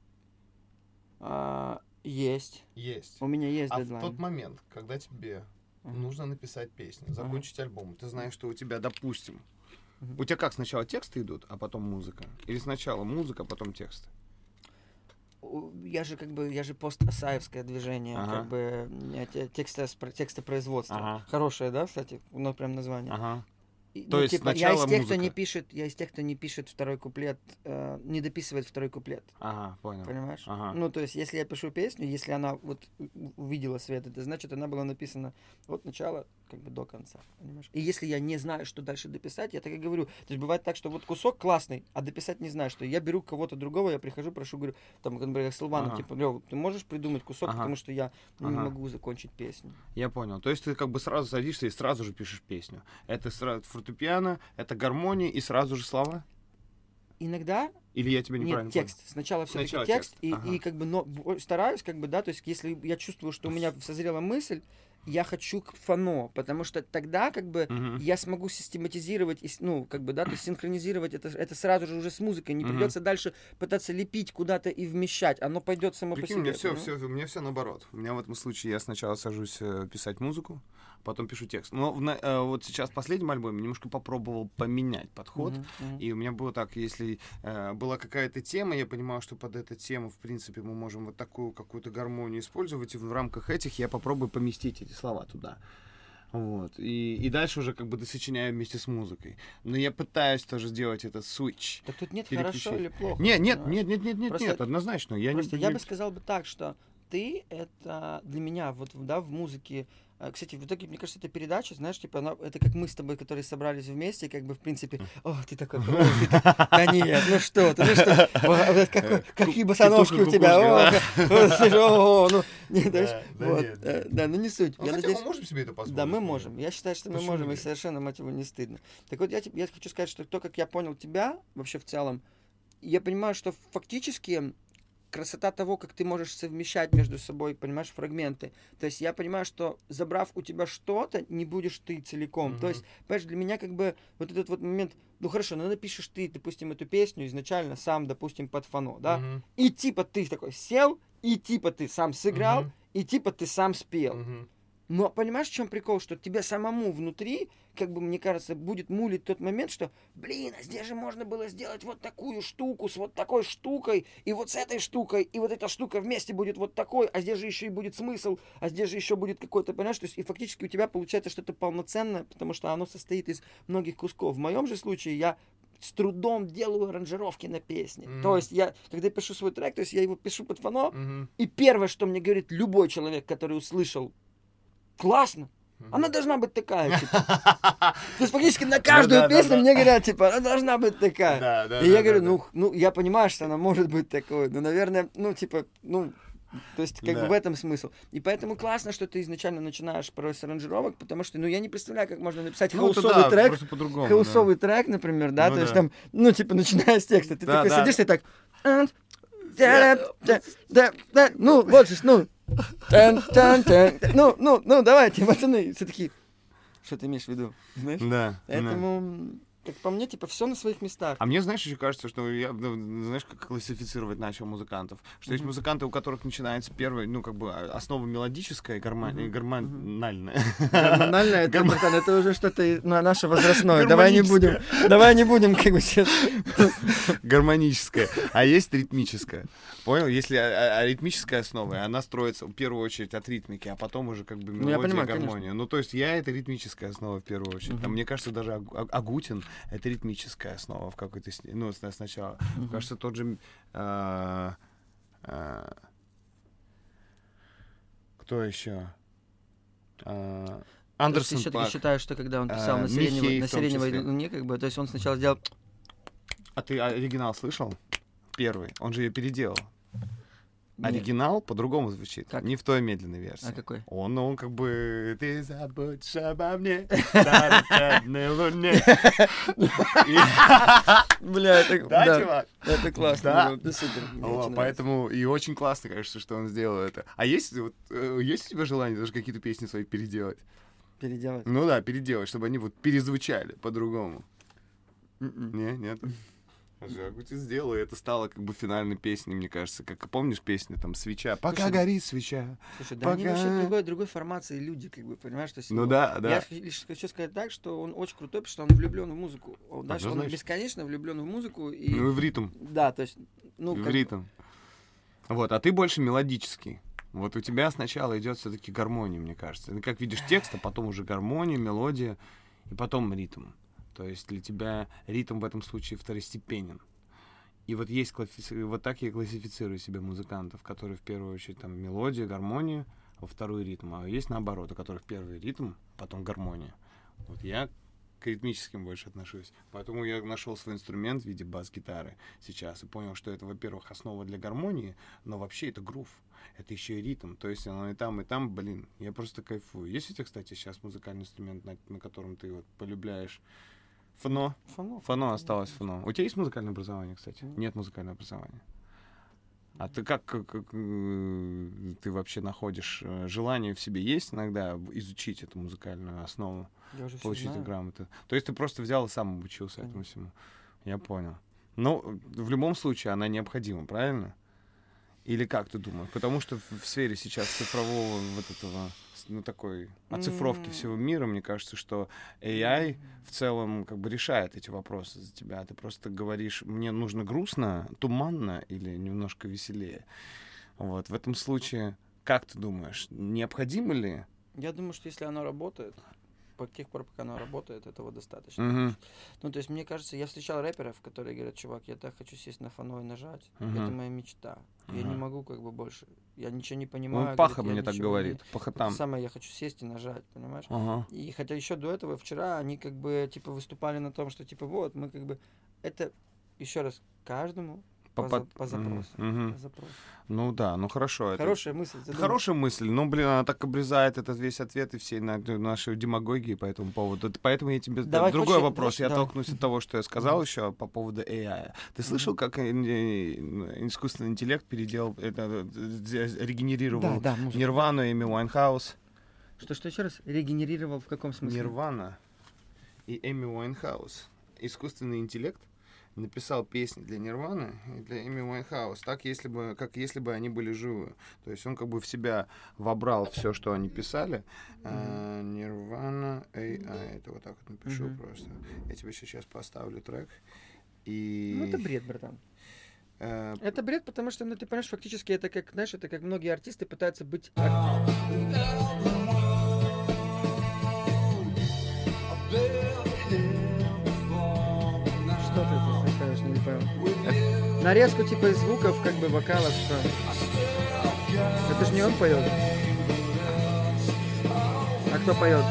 Есть. Есть. У меня есть дедлайн. дедлайн. А в тот момент, когда тебе нужно написать песню, закончить альбом, ты знаешь, что у тебя, допустим, у тебя как, сначала тексты идут, а потом музыка? Или сначала музыка, а потом тексты? Я же пост-асаевское движение, как бы текстопроизводство. Хорошее, да, кстати, прям название. То есть я сначала из тех, музыка. я из тех, кто не пишет второй куплет, не дописывает второй куплет. Ага, понял. Понимаешь? Ага. Ну, то есть, если я пишу песню, если она вот увидела свет, это значит, она была написана от начала как бы до конца. Понимаешь? И если я не знаю, что дальше дописать, я так и говорю. То есть, бывает так, что вот кусок классный, а дописать не знаю, что. Я беру кого-то другого, я прихожу, прошу, говорю, там, например, Силвану, Ага. типа, Лёв, ты можешь придумать кусок, Ага. потому что я не Ага. могу закончить песню. Я понял. То есть ты как бы сразу садишься и сразу же пишешь песню. Это сразу фортепиано, это гармония и сразу же слова? Иногда Или я тебя неправильно нет, текст. Сначала все-таки Сначала текст, текст. Ага. и как бы стараюсь, как бы, да, то есть если я чувствую, что у меня созрела мысль, я хочу к фано, потому что тогда, как бы, понял? я смогу систематизировать, ну, как бы, да, то есть синхронизировать это сразу же уже с музыкой, не Мгм. придется дальше пытаться лепить куда-то и вмещать, оно пойдет само Прикинь, по у себе. меня понимаешь? у меня все наоборот. У меня в этом случае я сначала сажусь писать музыку, потом пишу текст. Но вот сейчас в последнем альбоме немножко попробовал поменять подход. Мгм, мгм. И у меня было так, если была какая-то тема, я понимал, что под эту тему, в принципе, мы можем вот такую какую-то гармонию использовать, и в рамках этих я попробую поместить эти слова туда. Вот. И дальше уже как бы досочиняю вместе с музыкой. Но я пытаюсь тоже сделать этот switch. Так тут нет переключить. хорошо или плохо. Нет, понимаешь? нет, Просто- однозначно. Я Просто не... я бы сказал бы так, что ты это для меня вот да в музыке. Кстати, в итоге, мне кажется, эта передача, знаешь, типа, это как мы с тобой, которые собрались вместе, как бы, в принципе, о, ты такой, да нет, ну что ты, какие босоножки у тебя, ну, нет, да, ну не суть. Я Хотя надеюсь, мы можем себе это позволить. да, мы можем. Я считаю, что мы Почему можем, и нет? совершенно, мать его, не стыдно. Так вот, я хочу сказать, что то, как я понял тебя, вообще в целом, я понимаю, что фактически красота того, как ты можешь совмещать между собой, понимаешь, фрагменты. То есть я понимаю, что забрав у тебя что-то, не будешь ты целиком. Мгм. То есть, понимаешь, для меня как бы вот этот вот момент, ну хорошо, ну напишешь ты, допустим, эту песню изначально сам, допустим, под фано, да? Мгм. И типа ты такой сел, и типа ты сам сыграл, Мгм. и типа ты сам спел. Мгм. Но понимаешь, в чем прикол? Что тебе самому внутри, как бы, мне кажется, будет мулить тот момент, что, блин, а здесь же можно было сделать вот такую штуку с вот такой штукой, и вот с этой штукой, и вот эта штука вместе будет вот такой, а здесь же еще и будет смысл, а здесь же еще будет какой-то, понимаешь, то есть и фактически у тебя получается что-то полноценное, потому что оно состоит из многих кусков. В моем же случае я с трудом делаю аранжировки на песни. Мгм. То есть я, когда я пишу свой трек, то есть я его пишу под фано, Мгм. и первое, что мне говорит любой человек, который услышал, классно, она должна быть такая, типа. То есть фактически на каждую песню мне говорят, типа, она должна быть такая. Да, да, И я говорю, ну, я понимаю, что она может быть такой, но, наверное, ну, типа, ну, то есть, как бы Да. в этом смысл. И поэтому классно, что ты изначально начинаешь порой с аранжировок, потому что, ну, я не представляю, как можно написать Ну, это хаусовый да, трек, просто по-другому. хаусовый трек, например, да, Ну то есть да. там, ну, типа, начиная с текста, ты Да, такой да. садишься и так, ну, вот же, ну, ну, давайте, пацаны, все такие, что ты имеешь в виду, знаешь? Да. да. Поэтому, как по мне, типа, все на своих местах. А мне, знаешь, еще кажется, что я, знаешь, как классифицировать начал музыкантов. Что есть Мгм. музыканты, у которых начинается первый, ну, как бы, основа мелодическая и Мгм. гормональная. Гормональное, это, братан, это уже что-то наше возрастное. Гармоническое. Давай не будем, как бы, сейчас. Гармоническая. А есть ритмическая. Понял? Если ритмическая основа, и она строится в первую очередь от ритмики, а потом уже как бы Ну, я мелодия, понимаю, гармония. конечно. Ну, то есть я — это ритмическая основа в первую очередь. Там, Мгм. мне кажется, даже Агутин — это ритмическая основа в какой-то... Ну, сначала. Мгм. Кажется, тот же... Кто еще? Ты Андерсон все-таки Пак. считаешь, что когда он писал на Михей сиреневой в том числе. луне, как бы, то есть он сначала сделал... А ты оригинал слышал? Первый. Он же ее переделал. Нет. Оригинал по-другому звучит. Как? Не в той медленной версии. А какой? Он как бы... Ты забудешь обо мне на рукотной луне. Бля, это... Да, чувак? Это классно. Да. Это супер. мне Вот, очень нравится. поэтому и очень классно, конечно, что он сделал это. А есть вот, есть у тебя желание даже какие-то песни свои переделать? Переделать. Ну да, переделать, чтобы они вот перезвучали по-другому. М-м. Нет? Ты сделал, и это стало как бы финальной песней, мне кажется. Как помнишь песню там «Свеча»? Пока Слушай, горит свеча. Слушай, да они Пока- вообще другой формации люди, как бы, понимаешь? То есть, Ну да, да. Я лишь хочу сказать так, что он очень крутой, потому что он влюблен в музыку. Знаешь, он Однозначно. бесконечно влюблен в музыку. И... Ну и в ритм. Да, то есть, ну, В как- ритм. Вот, а ты больше мелодический. Вот у тебя сначала идет все-таки гармония, мне кажется. Ты как видишь текст, а потом уже гармония, мелодия, и потом ритм. То есть для тебя ритм в этом случае второстепенен. И вот есть вот так я классифицирую себе музыкантов, которые в первую очередь там мелодия, гармония, во второй ритм. А есть наоборот, у которых первый ритм, потом гармония. Вот я к ритмическим больше отношусь. Поэтому я нашел свой инструмент в виде бас-гитары сейчас и понял, что это, во-первых, основа для гармонии, но вообще это грув. Это еще и ритм. То есть оно и там, блин, я просто кайфую. Есть у тебя, кстати, сейчас музыкальный инструмент, на котором ты вот полюбляешь? Фано? Фано осталось фано. У тебя есть музыкальное образование, кстати? Нет музыкального образования. А ты как ты вообще находишь желание в себе есть иногда изучить эту музыкальную основу, получить грамоту? То есть ты просто взял и сам обучился этому всему? Я понял. Но в любом случае она необходима, правильно? Или как ты думаешь? Потому что в сфере сейчас цифрового вот этого, ну, такой оцифровки всего мира, мне кажется, что AI в целом как бы решает эти вопросы за тебя. Ты просто говоришь, мне нужно грустно, туманно или немножко веселее. Вот. В этом случае, как ты думаешь, необходимо ли? Я думаю, что если оно работает, по тех пор, пока оно работает, этого достаточно. Ну, то есть, мне кажется, я встречал рэперов, которые говорят, чувак, я так хочу сесть на фано и нажать. Это моя мечта. Я не могу как бы больше. Я ничего не понимаю. Он Паха мне так говорит. Пахотам. Самое, я хочу сесть и нажать, понимаешь? И хотя еще до этого, вчера, они как бы, типа, выступали на том, что, типа, вот, мы как бы... Это, еще раз, каждому по запросу. По запросу. Ну да, ну хорошо. Хорошая мысль. Хорошая мысль, но, блин, она так обрезает этот весь ответ и все наши демагогии по этому поводу. Поэтому я тебе... Другой вопрос. Я толкнусь от того, что я сказал еще по поводу AI. Ты слышал, как искусственный интеллект регенерировал Нирвану и Эми Уайнхаус? Что еще раз? Регенерировал в каком смысле? Нирвана и Эми Уайнхаус. Искусственный интеллект написал песни для Нирваны и для Эми Уайнхаус, так, как если бы они были живы. То есть он как бы в себя вобрал все, что они писали. Нирвана AI. Это вот так вот напишу просто. Я тебе сейчас поставлю трек. И... Ну, это бред, братан. Это бред, потому что, ну, ты понимаешь, фактически это как, знаешь, это как многие артисты пытаются быть... Что ты конечно, не понял. Нарезку типа из звуков, как бы вокалов, что... Это же не он поет. А кто поет?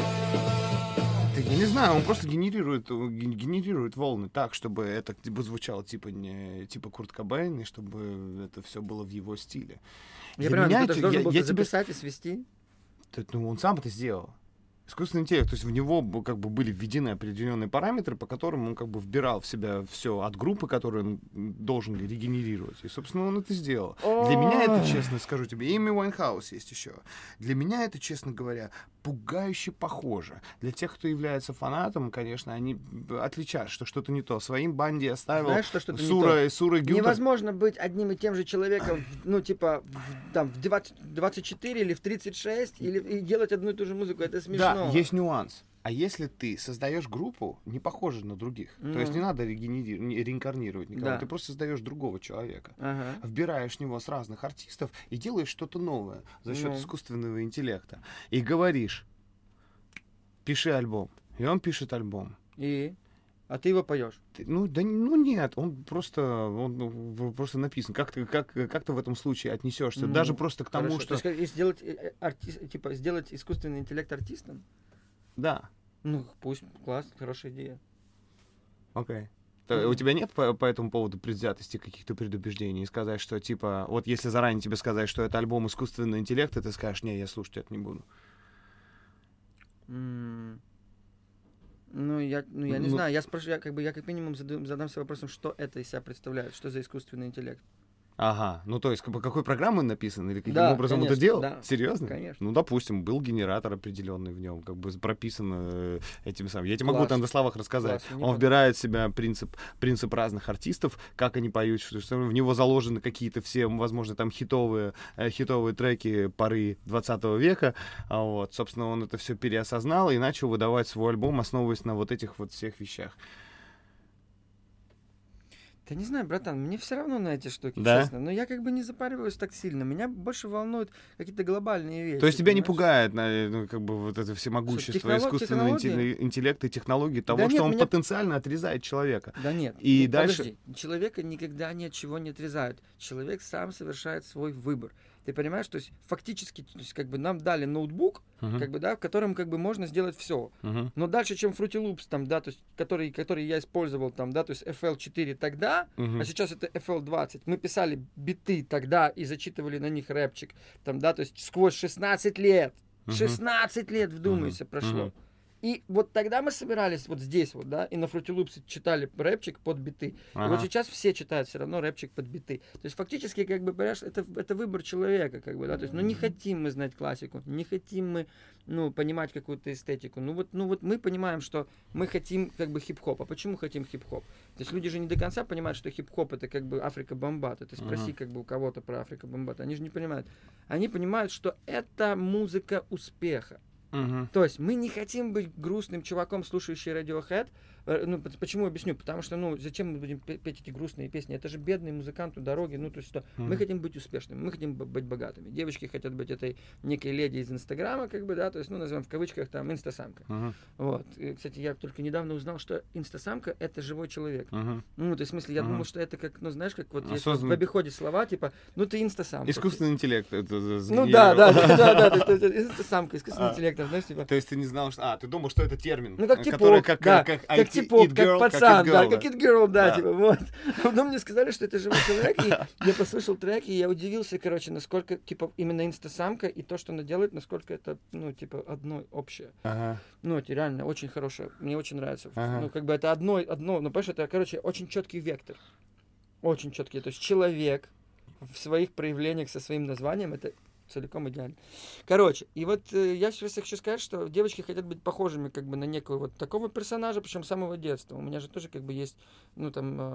Я не знаю, он просто генерирует волны так, чтобы это звучало типа Курт Кобейн, и чтобы это все было в его стиле. Я понимаю, ты должен был записать и свести. Ну, он сам это сделал. Искусственный интеллект, то есть в него как бы были введены определенные параметры, по которым он как бы вбирал в себя все от группы, которую он должен регенерировать. И, собственно, он это сделал. Для меня это, честно скажу тебе, Эми Уайнхаус есть еще. Для меня это, честно говоря, пугающе похоже. Для тех, кто является фанатом, конечно, они отличают, что что-то не то. Своим банде оставил. Знаешь, что что-то Сура Гютер. Невозможно быть одним и тем же человеком, ну, типа, там, в 24 или в 36, и делать одну и ту же музыку. Это смешно. Да, есть нюанс. А если ты создаешь группу, не похожую на других, то есть не надо реинкарнировать никого, ты просто создаешь другого человека, вбираешь в него с разных артистов и делаешь что-то новое за счет искусственного интеллекта. И говоришь, пиши альбом. И он пишет альбом. А ты его поешь? Нет, он просто написан. Как ты в этом случае отнесешься? Даже просто к тому, что... То есть сделать искусственный интеллект артистом? Да. Ну, пусть, класс, хорошая идея. Окей. У тебя нет по этому поводу предвзятости, каких-то предубеждений? И сказать, что, типа, вот если заранее тебе сказать, что это альбом искусственного интеллекта, ты скажешь, не, я слушать это не буду. Я не знаю, я как минимум задамся вопросом, что это из себя представляет, что за искусственный интеллект. Ага, ну то есть по какой программе он написан или каким образом он это делал? Да. Серьезно? Конечно. Ну, допустим, был генератор определенный в нем, как бы прописан этим самым. Я тебе могу там на словах рассказать. Он вбирает в себя принцип разных артистов, как они поют, что в него заложены какие-то все, возможно, там хитовые треки поры 20 века. Вот, собственно, он это все переосознал и начал выдавать свой альбом, основываясь на вот этих вот всех вещах. Да не знаю, братан, мне все равно на эти штуки, Да? честно. Но я как бы не запариваюсь так сильно. Меня больше волнуют какие-то глобальные вещи. То есть тебя не понимаешь? пугает, ну, как бы вот это всемогущество искусственного технологии? интеллекта и технологий, того, Да что нет, он меня- потенциально отрезает человека. Да нет. И Ну, дальше- Подожди, человека никогда ни от чего не отрезают. Человек сам совершает свой выбор. Ты понимаешь, то есть фактически, то есть как бы нам дали ноутбук, Мгм. как бы, да, в котором как бы можно сделать все. Мгм. Но дальше, чем Fruity Loops, там, да, то есть, который я использовал, там, да, то есть FL4 тогда, Мгм. а сейчас это FL20. Мы писали биты тогда и зачитывали на них рэпчик, там, да, то есть сквозь 16 лет. Мгм. 16 лет, вдумайся, Мгм. прошло. Мгм. И вот тогда мы собирались вот здесь вот, да, и на Fruity Loops читали рэпчик под биты. И Ага. вот сейчас все читают все равно рэпчик под биты. То есть фактически, как бы, понимаешь, это выбор человека, как бы, да, то есть, ну, не хотим мы знать классику, не хотим мы, ну, понимать какую-то эстетику. Ну вот мы понимаем, что мы хотим, как бы, хип-хоп. А почему хотим хип-хоп? То есть люди же не до конца понимают, что хип-хоп это, как бы, Африка Бомбата. Ты спроси, как бы, у кого-то про Африка Бомбата. Они же не понимают. Они понимают, что это музыка успеха. Мгм. То есть мы не хотим быть грустным чуваком, слушающий Radiohead. Ну, почему объясню? Потому что, ну, зачем мы будем петь эти грустные песни? Это же бедный музыкант у дороги. Ну, то есть что? Мы хотим быть успешными, мы хотим быть богатыми. Девочки хотят быть этой некой леди из Инстаграма, как бы, да, то есть, ну, назовем в кавычках там инстасамка. Мгм. Вот. И, кстати, я только недавно узнал, что инстасамка — это живой человек. Мгм. Ну, то есть, в смысле, я Ага. думал, что это как, ну, знаешь, как вот есть Осознанный- в обиходе слова, типа, ну, ты инстасамка. Искусственный интеллект. Это Ну, сгенерировал. да, инстасамка, искусственный А. интеллект, знаешь, типа. То есть ты не знал, что... ты думал, что это термин, Ну, как типок, который как да, как как IT типок, it как girl, пацан, it да, girl, как it girl, да, Да. типа, вот. Потом мне сказали, что это живой человек, и я послушал треки, и я удивился, короче, насколько, типа, именно инстасамка и то, что она делает, насколько это, ну, типа, одно общее. Ага. Ну, это реально очень хорошее, мне очень нравится. Ага. Ну, как бы это одно, ну, понимаешь, это, короче, очень четкий вектор. Очень четкий. То есть человек в своих проявлениях со своим названием, это целиком идеально. Короче, и вот я сейчас хочу сказать, что девочки хотят быть похожими как бы на некого вот такого персонажа, причем с самого детства. У меня же тоже как бы есть, ну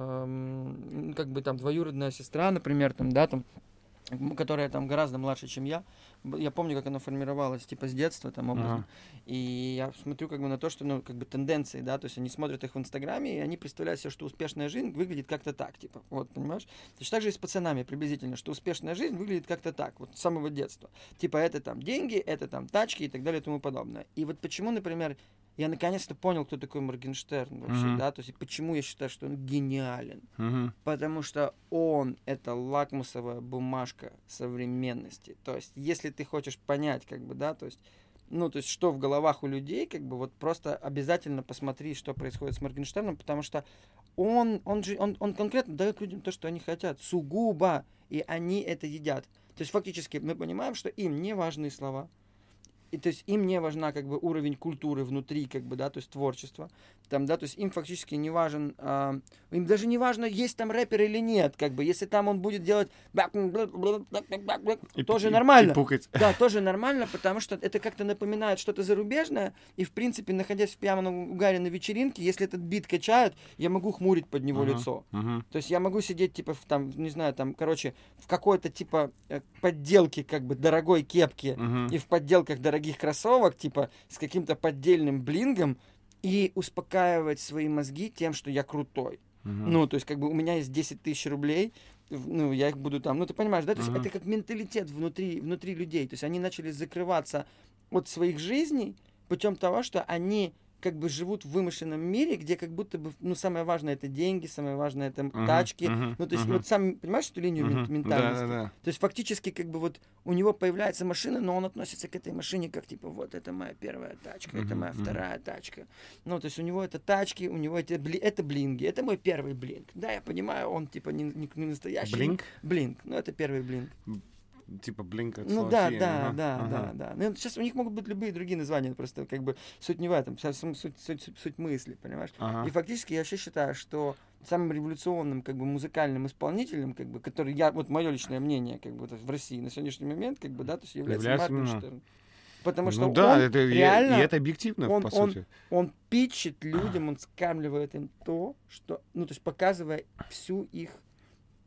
там, как бы там двоюродная сестра, например, там, да, там, которая там гораздо младше, чем я. Я помню, как она формировалась, типа, с детства, там, образно. Ага. И я смотрю, как бы, на то, что, ну, как бы, тенденции, да, то есть они смотрят их в Инстаграме, и они представляют себе, что успешная жизнь выглядит как-то так, типа, вот, понимаешь? Точно так же и с пацанами приблизительно, что успешная жизнь выглядит как-то так, вот, с самого детства. Типа, это там деньги, это там тачки и так далее и тому подобное. И вот почему, например, я наконец-то понял, кто такой Моргенштерн вообще, Мгм. да, то есть и почему я считаю, что он гениален. Мгм. Потому что он — это лакмусовая бумажка современности. То есть, если ты хочешь понять, как бы, да, то есть, ну, то есть, что в головах у людей, как бы, вот просто обязательно посмотри, что происходит с Моргенштерном, потому что он конкретно дает людям то, что они хотят, сугубо, и они это едят. То есть, фактически, мы понимаем, что им не важны слова, и то есть им не важна как бы уровень культуры внутри, как бы, да, то есть творчества, там, да, то есть им фактически не важен, им даже не важно, есть там рэпер или нет, как бы, если там он будет делать тоже нормально. И пукать. Да, тоже нормально, потому что это как-то напоминает что-то зарубежное, и, в принципе, находясь в пьяном угаре на вечеринке, если этот бит качают, я могу хмурить под него Ага. лицо. Мгм. То есть я могу сидеть, типа, там, не знаю, там, короче, в какой-то, типа, подделке, как бы, дорогой кепки Мгм. и в подделках дорогих кроссовок, типа, с каким-то поддельным блингом, и успокаивать свои мозги тем, что я крутой. Мгм. Ну, то есть, как бы, у меня есть 10 тысяч рублей, ну, я их буду там, ну, ты понимаешь, да? То есть, Мгм. это как менталитет внутри людей. То есть, они начали закрываться от своих жизней путем того, что они как бы живут в вымышленном мире, где как будто бы, ну, самое важное это деньги, самое важное это Мгм. тачки. Мгм. Ну, то есть, Мгм. вот сам, понимаешь эту линию Мгм. ментальности? Да. То есть, фактически, как бы вот у него появляется машина, но он относится к этой машине как, типа, вот, это моя первая тачка, это Мгм, моя мгм. вторая тачка. Ну, то есть, у него это тачки, у него это блинги, это мой первый блинг. Да, я понимаю, он, типа, не настоящий. Блинк? Блинк, ну, это первый блинк. Типа блинк от Ну, слова да, фея. да, Ага. да, Ага. да. Ну, сейчас у них могут быть любые другие названия, просто, как бы, суть не в этом, суть мысли, понимаешь? Ага. И фактически я вообще считаю, что самым революционным, как бы, музыкальным исполнителем, как бы, который я, вот мое личное мнение, как бы, в России на сегодняшний момент, как бы, да, то есть является Является именно. Моргенштерн. Потому что Ну да, он это, реально, и это объективно, по сути. он питчит людям, он скармливает им то, что, ну, то есть показывая всю их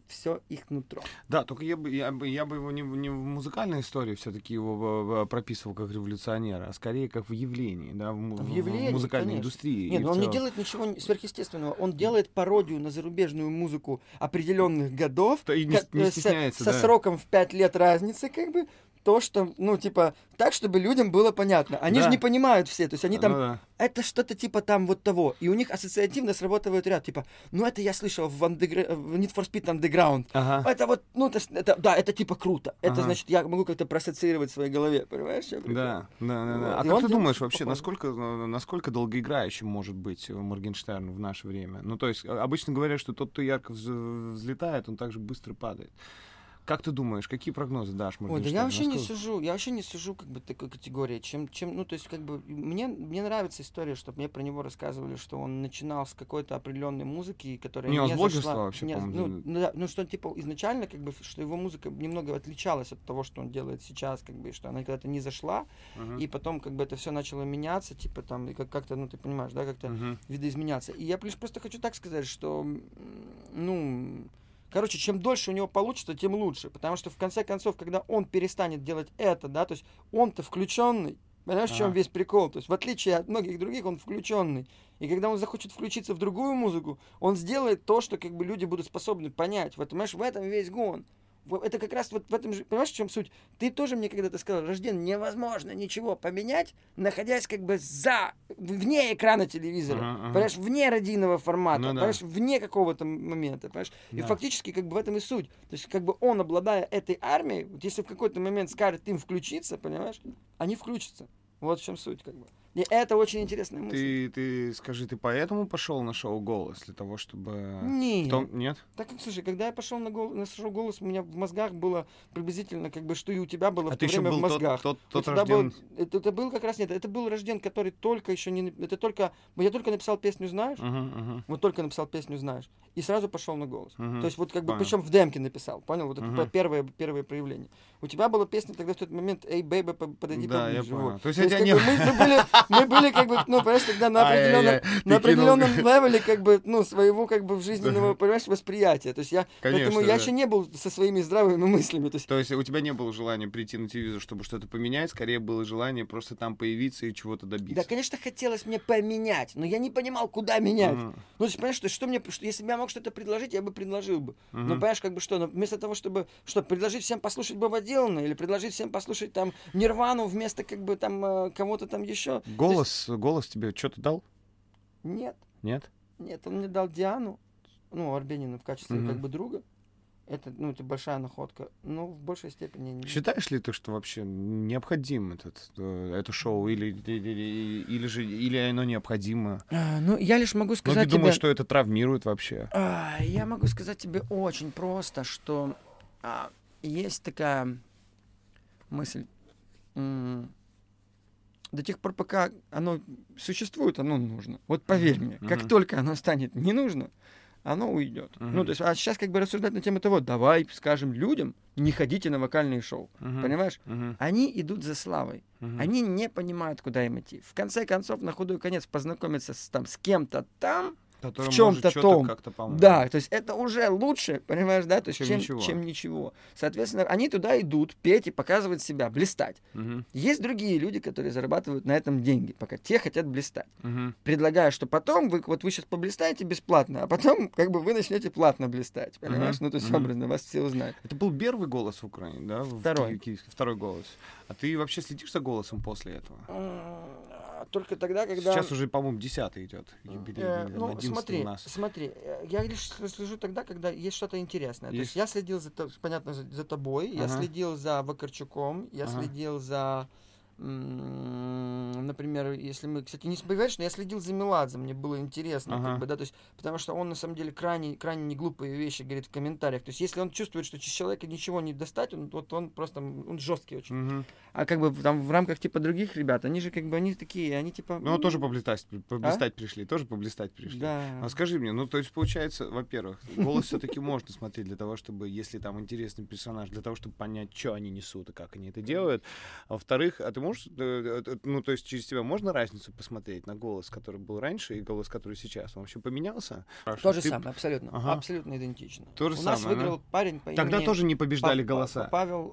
все их нутро. Да, только я бы его не в музыкальной истории все-таки его прописывал как революционера, а скорее как в явлении, да, в явлении, музыкальной конечно. индустрии. Нет, И но в он не целом- делает ничего сверхъестественного. Он делает пародию на зарубежную музыку определенных годов. Да, и не со- стесняется, со да. сроком в 5 лет разницы, как бы. То, что, ну, типа, так, чтобы людям было понятно. Они Да. же не понимают все. То есть они там, Ну да. это что-то типа там вот того. И у них ассоциативно срабатывает ряд. Типа, ну, это я слышал в Need for Speed Underground. Ага. Это вот, ну, да, это типа круто. Это Ага. значит, я могу как-то проассоциировать в своей голове. Понимаешь? что я прикол? Да. А И как он ты делает думаешь что-то вообще, похожее. насколько долгоиграющим может быть Моргенштерн в наше время? Ну, то есть, обычно говорят, что тот, кто ярко взлетает, он также быстро падает. Как ты думаешь, какие прогнозы дашь Ой, да Моргенштерну? я вообще не сужу как бы такой категории, ну, то есть, как бы, мне нравится история, чтобы мне про него рассказывали, что он начинал с какой-то определенной музыки, которая Не, он не с блогерства зашла. вообще, Не, по-моему, ну, что, типа, изначально, как бы, что его музыка немного отличалась от того, что он делает сейчас, как бы, что она когда-то не зашла, и потом, как бы, это все начало меняться, типа, там, и как-то, ну, ты понимаешь, да, как-то видоизменяться. И я лишь просто хочу так сказать, что, ну... Короче, чем дольше у него получится, тем лучше. Потому что, в конце концов, когда он перестанет делать это, да, то есть он-то включенный, понимаешь, в чем весь прикол? То есть, в отличие от многих других, он включенный. И когда он захочет включиться в другую музыку, он сделает то, что как бы люди будут способны понять. Вот, понимаешь, в этом весь гон. Это как раз вот в этом же, понимаешь, в чем суть? Ты тоже мне когда-то сказал, Рожден, невозможно ничего поменять, находясь как бы вне экрана телевизора, понимаешь, вне радийного формата, Ну да. понимаешь, вне какого-то момента, понимаешь? И Да. фактически как бы в этом и суть. То есть как бы он, обладая этой армией, вот если в какой-то момент скажет им включиться, понимаешь, они включатся. Вот в чем суть как бы. И это очень интересная мысль. Ты скажи, ты поэтому пошел на шоу «Голос» для того, чтобы... Нет. Нет? Так как, слушай, когда я пошел на шоу «Голос», у меня в мозгах было приблизительно, как бы, что и у тебя было А в ты то еще время в был мозгах. тот У тебя Рожден... это был как раз, нет, это был Рожден, который только еще не... Я только написал песню «Знаешь», вот только написал песню «Знаешь», и сразу пошел на «Голос». То есть вот как бы, Понял. причем в демке написал, понял? Вот это первое проявление. У тебя была песня тогда в тот момент «Эй, бэйби, подойди Да, я поближе». понял. Вот. То есть как я не- бы мы были как бы, ну, понимаешь, тогда на Ай-яй-яй, ты определенном кинул. левеле, как бы, ну, своего, как бы, жизненного, понимаешь, восприятия. То есть поэтому Конечно, я да. еще не был со своими здравыми мыслями. То есть у тебя не было желания прийти на телевизор, чтобы что-то поменять, скорее было желание просто там появиться и чего-то добиться. да, конечно, хотелось мне поменять, но я не понимал, куда менять. Мгм. Ну, то есть, понимаешь, если бы я мог что-то предложить, я бы предложил бы. Но, понимаешь, как бы что, но вместо того, чтобы, предложить всем послушать Боба Дилана или предложить всем послушать там Нирвану вместо, как бы, там, кого-то там еще. Голос тебе что-то дал? Нет, Нет? он мне дал Диану, ну, Арбенина в качестве, Мгм. как бы, друга. Это большая находка. Но в большей степени... не- Считаешь ли ты, что вообще необходим это шоу, или оно необходимо? Ну, я лишь могу Многие сказать думают, тебе... что это травмирует вообще. Я могу сказать тебе очень просто, что есть такая мысль. До тех пор, пока оно существует, оно нужно. Вот поверь мне, как только оно станет не нужно, оно уйдет. Ну, то есть, а сейчас как бы рассуждать на тему того, давай скажем людям, не ходите на вокальные шоу. Понимаешь? Они идут за славой. Они не понимают, куда им идти. В конце концов, на худой конец познакомиться с кем-то там, Который в чем-то может что-то том. как-то помочь. Да, то есть это уже лучше, понимаешь, да, то есть Чем ничего. Соответственно, они туда идут петь и показывать себя, блистать. Мгм. Есть другие люди, которые зарабатывают на этом деньги, пока те хотят блистать. Мгм. Предлагаю, что потом вы сейчас поблистаете бесплатно, а потом как бы вы начнете платно блистать, понимаешь? Ну, то есть образно, вас все узнают. Это был первый голос в Украине, да? Второй. Второй голос. А ты вообще следишь за голосом после этого? Только тогда, когда... Сейчас уже, по-моему, 10-й идет. Юбилей, Ну, 11-й у нас. смотри, я лишь слежу тогда, когда есть что-то интересное. То есть я следил понятно, за тобой, я Ага. следил за Вакарчуком, я Ага. следил за, например, если мы, кстати, не забывай, что я следил за Меладзе, мне было интересно, Ага. как бы, да, то есть, потому что он на самом деле крайне не глупые вещи говорит в комментариях. То есть, если он чувствует, что из человека ничего не достать, он просто, он жесткий очень. Мгм. А как бы там в рамках типа других ребят, они же как бы, они такие, они типа... Ну, тоже поблистать пришли, тоже поблистать пришли. Да. А скажи мне, ну, то есть, получается, во-первых, голос все-таки можно смотреть для того, чтобы, если там интересный персонаж, для того, чтобы понять, что они несут и как они это делают. А во-вторых, а ты можешь можешь, ну, то есть через тебя можно разницу посмотреть на голос, который был раньше, и голос, который сейчас? Он вообще поменялся? То же самое, абсолютно. Ага. Абсолютно идентично. То же У нас самое, да? выиграл парень по Тогда имени тоже не побеждали голоса. Павел,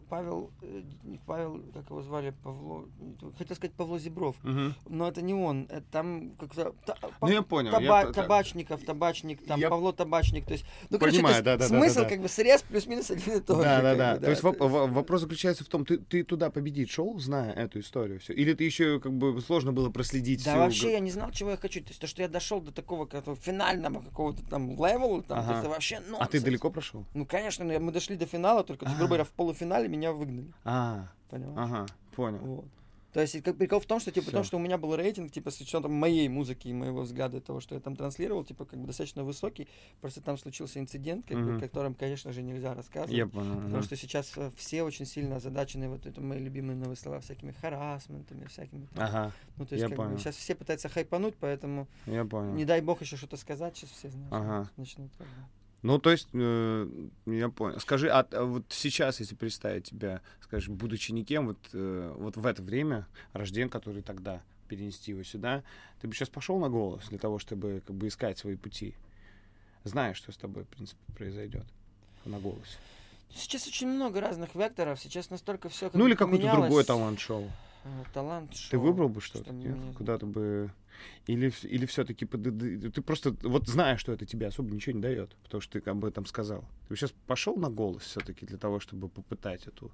как его звали, хотел сказать Павло Зебров, Мгм. но это не он. Это там как-то Ну, я понял. Табачников, Табачник, там Я Павло Табачник. То есть, ну, короче, понимаю, то есть да, смысл да. как бы срез плюс-минус один и тот же. Да, как да. бы, То есть да. вопрос заключается в том, ты туда победить шел, зная эту историю все? Или ты еще как бы сложно было проследить Да всю- вообще я не знал, чего я хочу. То есть то, что я дошел до такого финального какого-то там левела, там, Ага. это вообще нонсенс. А ты далеко прошел? Ну, конечно, мы дошли до финала, только, то есть, грубо говоря, в полуфинале меня выгнали. Понимаешь? Ага, понял. Вот. То есть как прикол в том, что Всё. потому что у меня был рейтинг, типа, с учетом моей музыки и моего взгляда, того, что я там транслировал, типа, как бы достаточно высокий. Просто там случился инцидент, как бы, Мгм. о котором, конечно же, нельзя рассказывать. Я понял. Потому ага. что сейчас все очень сильно озадачены, вот это мои любимые новые слова, всякими харассментами, всякими. Там. Ага, Ну, то есть, я как бы, понял. сейчас все пытаются хайпануть, поэтому я понял. не дай бог еще что-то сказать, сейчас все знают, Ага. начнут. Как бы. Ну, то есть, я понял. Скажи, а вот сейчас, если представить тебя, скажем, будучи никем, вот в это время, рожден, который тогда, перенести его сюда, ты бы сейчас пошел на голос для того, чтобы как бы искать свои пути, зная, что с тобой, в принципе, произойдет на голосе? Сейчас очень много разных векторов, сейчас настолько все Ну, или какой-то другой талант-шоу. Талант. Ты выбрал бы что-то? Что Нет? мне- Куда-то бы... Или все-таки ты просто вот знаешь, что это тебе особо ничего не дает, потому что ты об этом сказал. Ты бы сейчас пошел на голос все-таки для того, чтобы попытать эту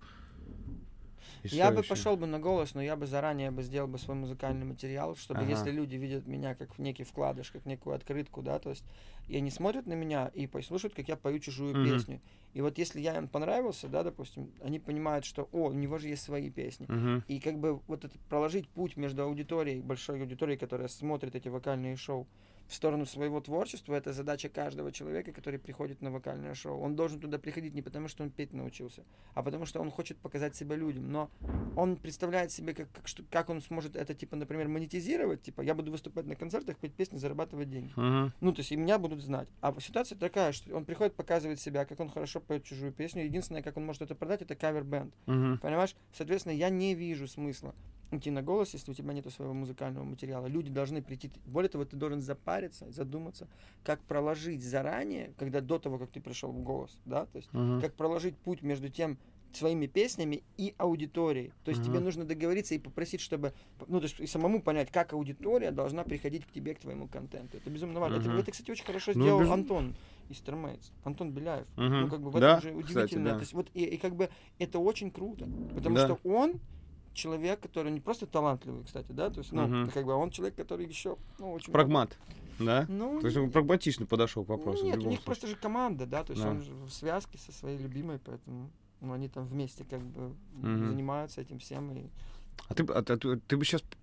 Я бы историю? пошел бы на голос, но я бы заранее бы сделал бы свой музыкальный материал, чтобы Ага. если люди видят меня как некий вкладыш, как некую открытку, да, то есть и они смотрят на меня и послушают, как я пою чужую Мгм. песню. И вот если я им понравился, да, допустим, они понимают, что, у него же есть свои песни. Мгм. И как бы вот это проложить путь между аудиторией, большой аудиторией, которая смотрит эти вокальные шоу, в сторону своего творчества, это задача каждого человека, который приходит на вокальное шоу. Он должен туда приходить не потому, что он петь научился, а потому, что он хочет показать себя людям. Но он представляет себе, как он сможет это, типа, например, монетизировать. Типа, я буду выступать на концертах, петь песни, зарабатывать деньги. Мгм. Ну, то есть, и меня будут знать. А ситуация такая, что он приходит, показывает себя, как он хорошо поет чужую песню. Единственное, как он может это продать, это кавер-бенд. Мгм. Понимаешь? Соответственно, я не вижу смысла идти на голос, если у тебя нет своего музыкального материала. Люди должны прийти. Более того, ты должен запариться, задуматься, как проложить заранее, когда до того, как ты пришел в голос, да, то есть Мгм. как проложить путь между тем своими песнями и аудиторией. То есть тебе Мгм. нужно договориться и попросить, чтобы, ну, то есть и самому понять, как аудитория должна приходить к тебе, к твоему контенту. Это безумно важно. Мгм. Это, кстати, очень хорошо Ну, сделал без- Антон из Termates, Антон Беляев. Мгм. Ну, как бы в Да, этом же кстати, удивительно. да. То есть вот и как бы это очень круто, потому Да. что он человек, который не просто талантливый, кстати, да, то есть, ну, Мгм. как бы он человек, который еще, ну, очень Прагмат, да? Ну, То есть он прагматично подошел к вопросу. в нет, у любом них случае. просто же команда, да, то есть Да. он же в связке со своей любимой, поэтому ну, они там вместе как бы Мгм. занимаются этим всем. И... А ты бы сейчас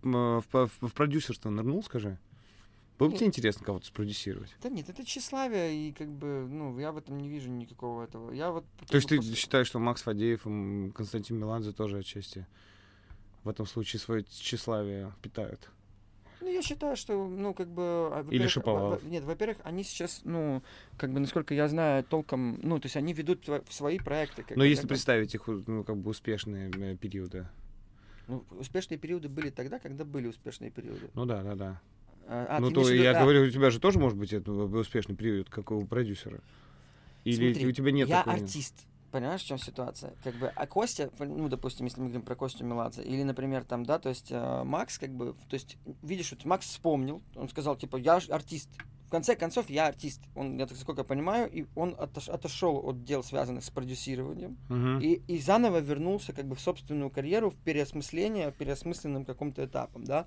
в продюсерство нырнул, скажи? Было бы Нет. тебе интересно кого-то спродюсировать? Да нет, это тщеславие, и как бы, ну, я в этом не вижу никакого этого. Я вот... То есть ты просто- считаешь, что Макс Фадеев и Константин Меладзе тоже отчасти в этом случае свое тщеславие питают? Ну, я считаю, что, ну, как бы... Или во-первых, Шаповалов. Нет, во-первых, они сейчас, ну, как бы, насколько я знаю, толком, ну, то есть они ведут свои проекты. как Но бы, если как бы. представить их, ну, как бы успешные периоды. Ну, успешные периоды были тогда, когда были успешные периоды. Ну да, да, да. А, Ну ты то имеешь в виду- я а, говорю, у тебя же тоже может быть это успешный период, как у продюсера. Или смотри, у тебя нет я такого? артист. Понимаешь, в чем ситуация? Как бы, а Костя, ну, допустим, если мы говорим про Костю Меладзе, или, например, там, да, то есть Макс, как бы, то есть, видишь, вот Макс вспомнил, он сказал, типа, я артист. В конце концов, я артист. Он, я так сколько понимаю, и он отошел от дел, связанных с продюсированием, Мгм. и заново вернулся, как бы, в собственную карьеру, в переосмысленным каком-то этапом, да.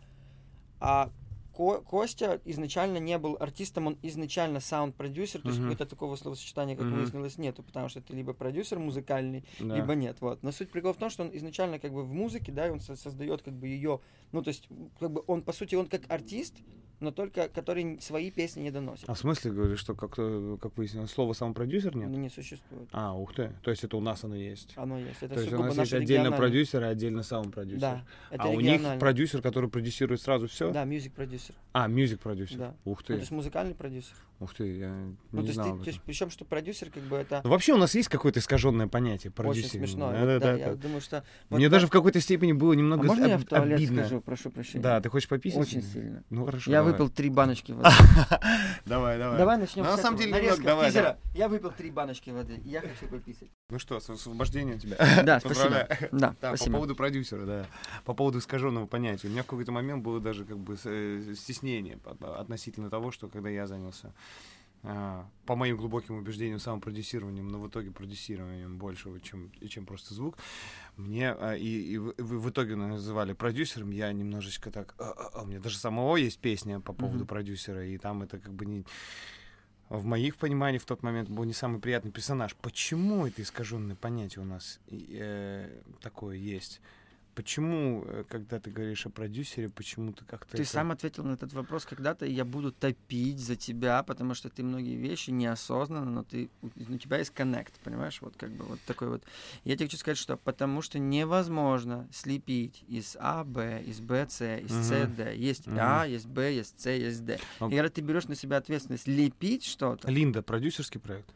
А Костя изначально не был артистом, он изначально саунд-продюсер, то есть Мгм. какого-то такого словосочетания, как Мгм. выяснилось, нету, потому что ты либо продюсер музыкальный, Да. либо нет, вот. Но суть прикола в том, что он изначально как бы в музыке, да, и он создает как бы ее, ну, то есть, как бы он, по сути, он как артист, но только который свои песни не доносит. А в смысле, говоришь, что, как выяснилось, слово «самопродюсер» нет? Ну, не существует. А, ух ты. То есть это у нас оно есть. Оно есть. Это То есть у сугубо нас есть наше отдельно региональное. продюсер, и отдельно саунд-продюсер. Да, это А у них регионально. продюсер, который продюсирует сразу все? Да, мьюзик-продюсер. А, мьюзик-продюсер. Да. Ух Ну, ты. то есть музыкальный продюсер. Ух ты, я Ну, не то есть, знал об то этом. есть, причем, что продюсер, как бы это Ну, вообще у нас есть какое-то искаженное понятие очень продюсеринга. смешно. Да, Вот, да, да, да, я да. думаю, что... Мне вот даже так- в какой-то степени было А немного можно я в туалет обидно. скажу, прошу прощения? Да, ты хочешь пописать? Очень сильно. Ну хорошо. Я давай. выпил 3 баночки воды. Давай. Давай начнем Ну, с на самом этого. деле, Нарезка давай, тизера. давай. Я выпил 3 баночки воды, и я хочу пописать. Ну что, с освобождением тебя. Да, спасибо. Поздравляю. Да, Да, по спасибо. поводу продюсера, да. По поводу искаженного понятия. У меня в какой-то момент было даже как бы стеснение относительно того, что когда я занялся, по моим глубоким убеждениям, самопродюсированием, но в итоге продюсированием большего, чем просто звук, мне и в итоге называли продюсером, я немножечко так... У меня даже самого есть песня по поводу продюсера, и там это как бы не... В моих пониманиях в тот момент был не самый приятный персонаж. Почему это искаженное понятие у нас такое есть? Почему, когда ты говоришь о продюсере, почему ты как-то... Ты сам ответил на этот вопрос когда-то, и я буду топить за тебя, потому что ты многие вещи неосознанно, но у тебя есть коннект, понимаешь? Вот как бы вот такой вот. Я тебе хочу сказать, что потому что невозможно слепить из А, Б, из Б, С, из С, Д. Есть А, есть Б, есть С, есть Д. И когда ты берешь на себя ответственность лепить что-то... Линда, продюсерский проект?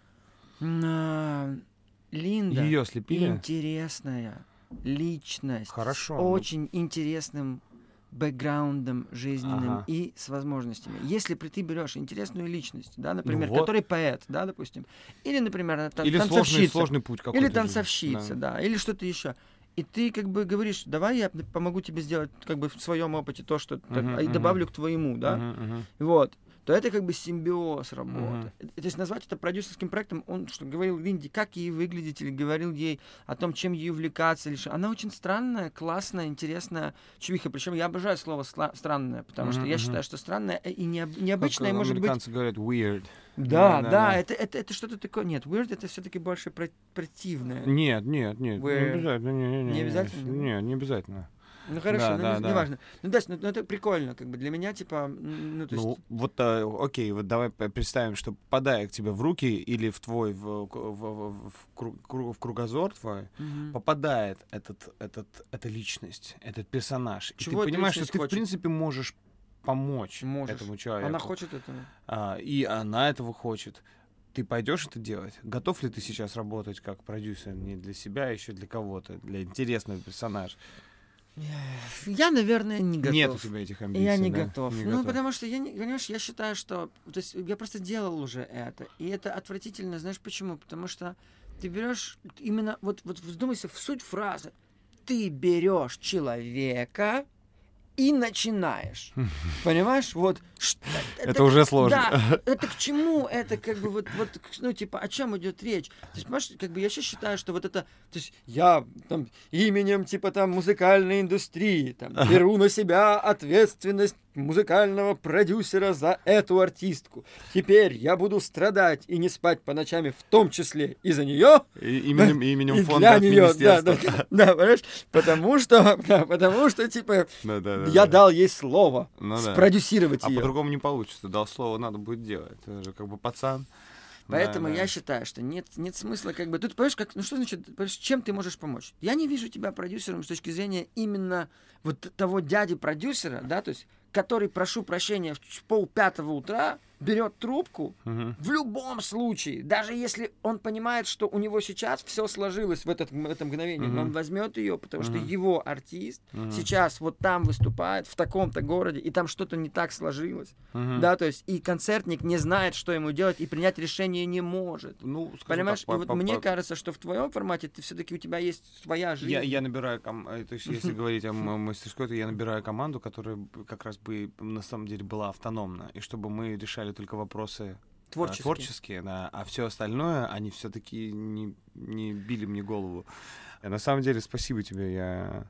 Линда Ее слепили? интересная личность. Хорошо. С очень интересным бэкграундом жизненным Ага. и с возможностями. Если ты берешь интересную личность, да, например, вот. который поэт, да, допустим, или, например, Или танцовщица, сложный путь какой-то. или танцовщица, да, или что-то еще. И ты как бы говоришь, давай я помогу тебе сделать как бы в своем опыте то, что и добавлю к твоему, да, вот. То это как бы симбиоз работы. То есть назвать это продюсерским проектом, он что говорил Линде, как ей выглядеть, или говорил ей о том, чем ей увлекаться, или что. Она очень странная, классная, интересная чувиха. Причем я обожаю слово странное, потому что я считаю, что странное и необычное Как может быть. американцы говорят weird. Да, это что-то такое. Нет, weird это все-таки больше противное. Нет, не Weird. обязательно. Не обязательно? Нет, не обязательно. Ну хорошо, Да, не да. важно. Ну да, ну это прикольно, как бы для меня, типа, ну то есть. Ну, вот, окей, вот давай представим, что попадая к тебе в руки или в твой, в кругозор твой, попадает эта личность, этот персонаж. И Чего ты эта понимаешь, что личность ты, хочет? в принципе, можешь помочь Можешь. этому человеку. Она хочет этого. И она этого хочет. Ты пойдешь это делать? Готов ли ты сейчас работать как продюсер не для себя, а еще для кого-то, для интересного персонажа? Я, наверное, не готов. Нет у тебя этих амбиций, Я не да? готов. Не Ну, готов. потому что понимаешь, я считаю, что... То есть я просто делал уже это. И это отвратительно. Знаешь почему? Потому что ты берешь именно... Вот вздумайся в суть фразы. Ты берешь человека и начинаешь. Понимаешь? Вот. Это уже сложно. Да. Это к чему? Это как бы вот, ну, типа, о чем идет речь? То есть, понимаешь, как бы я сейчас считаю, что вот это... То есть я там именем, типа, там, музыкальной индустрии там, беру на себя ответственность музыкального продюсера за эту артистку. Теперь я буду страдать и не спать по ночам, в том числе и за нее. Именем И фонда для нее, министерства. да, понимаешь? Потому что, типа, Да. я дал ей слово Ну да. спродюсировать А ее. по-другому не получится. Дал слово, надо будет делать. Это же как бы пацан. Поэтому Да. я считаю, что нет смысла как бы... Тут, понимаешь, ну что значит, понимаешь, чем ты можешь помочь? Я не вижу тебя продюсером с точки зрения именно вот того дяди-продюсера, да, то есть, который, прошу прощения, в 4:30 утра берет трубку в любом случае, даже если он понимает, что у него сейчас все сложилось в это мгновение, но он возьмет ее, потому что его артист сейчас вот там выступает, в таком-то городе, и там что-то не так сложилось, да, то есть и концертник не знает, что ему делать, и принять решение не может. Ну, скажем Понимаешь, так, и вот мне кажется, что в твоем формате ты все-таки у тебя есть своя жизнь. Я набираю, то есть если говорить о мастерской, то я набираю команду, которая как раз бы на самом деле была автономна, и чтобы мы решали только вопросы творческие, да, а все остальное они все-таки не били мне голову. На самом деле, спасибо тебе, я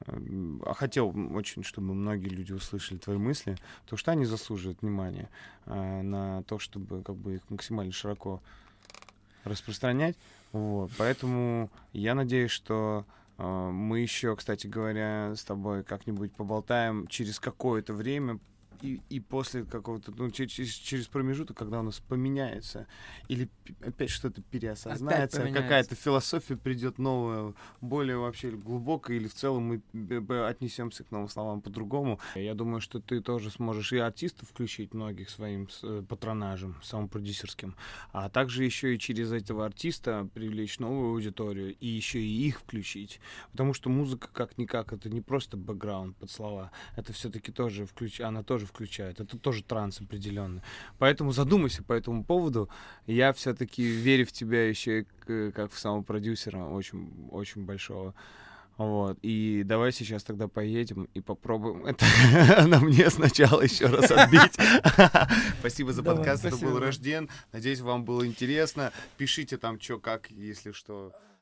хотел очень, чтобы многие люди услышали твои мысли, потому что они заслуживают внимания на то, чтобы как бы их максимально широко распространять. Вот. Поэтому я надеюсь, что мы еще, кстати говоря, с тобой как-нибудь поболтаем через какое-то время и после какого-то, ну, через промежуток, когда у нас поменяется, или опять что-то переосознается, какая-то философия придет новая, более вообще глубокая, или в целом мы отнесемся к новым словам по-другому. Я думаю, что ты тоже сможешь и артистов включить многих своим патронажем, самопродюсерским, а также еще и через этого артиста привлечь новую аудиторию и еще и их включить. Потому что музыка, как-никак, это не просто бэкграунд под слова, это все-таки тоже она тоже включает, это тоже транс определенный. Поэтому задумайся по этому поводу. Я все-таки верю в тебя еще и как в самого продюсера очень, очень большого. Вот. И давай сейчас тогда поедем и попробуем это на мне сначала еще раз отбить. Спасибо за подкаст. Это был Рожден. Надеюсь, вам было интересно. Пишите там, что, как, если что.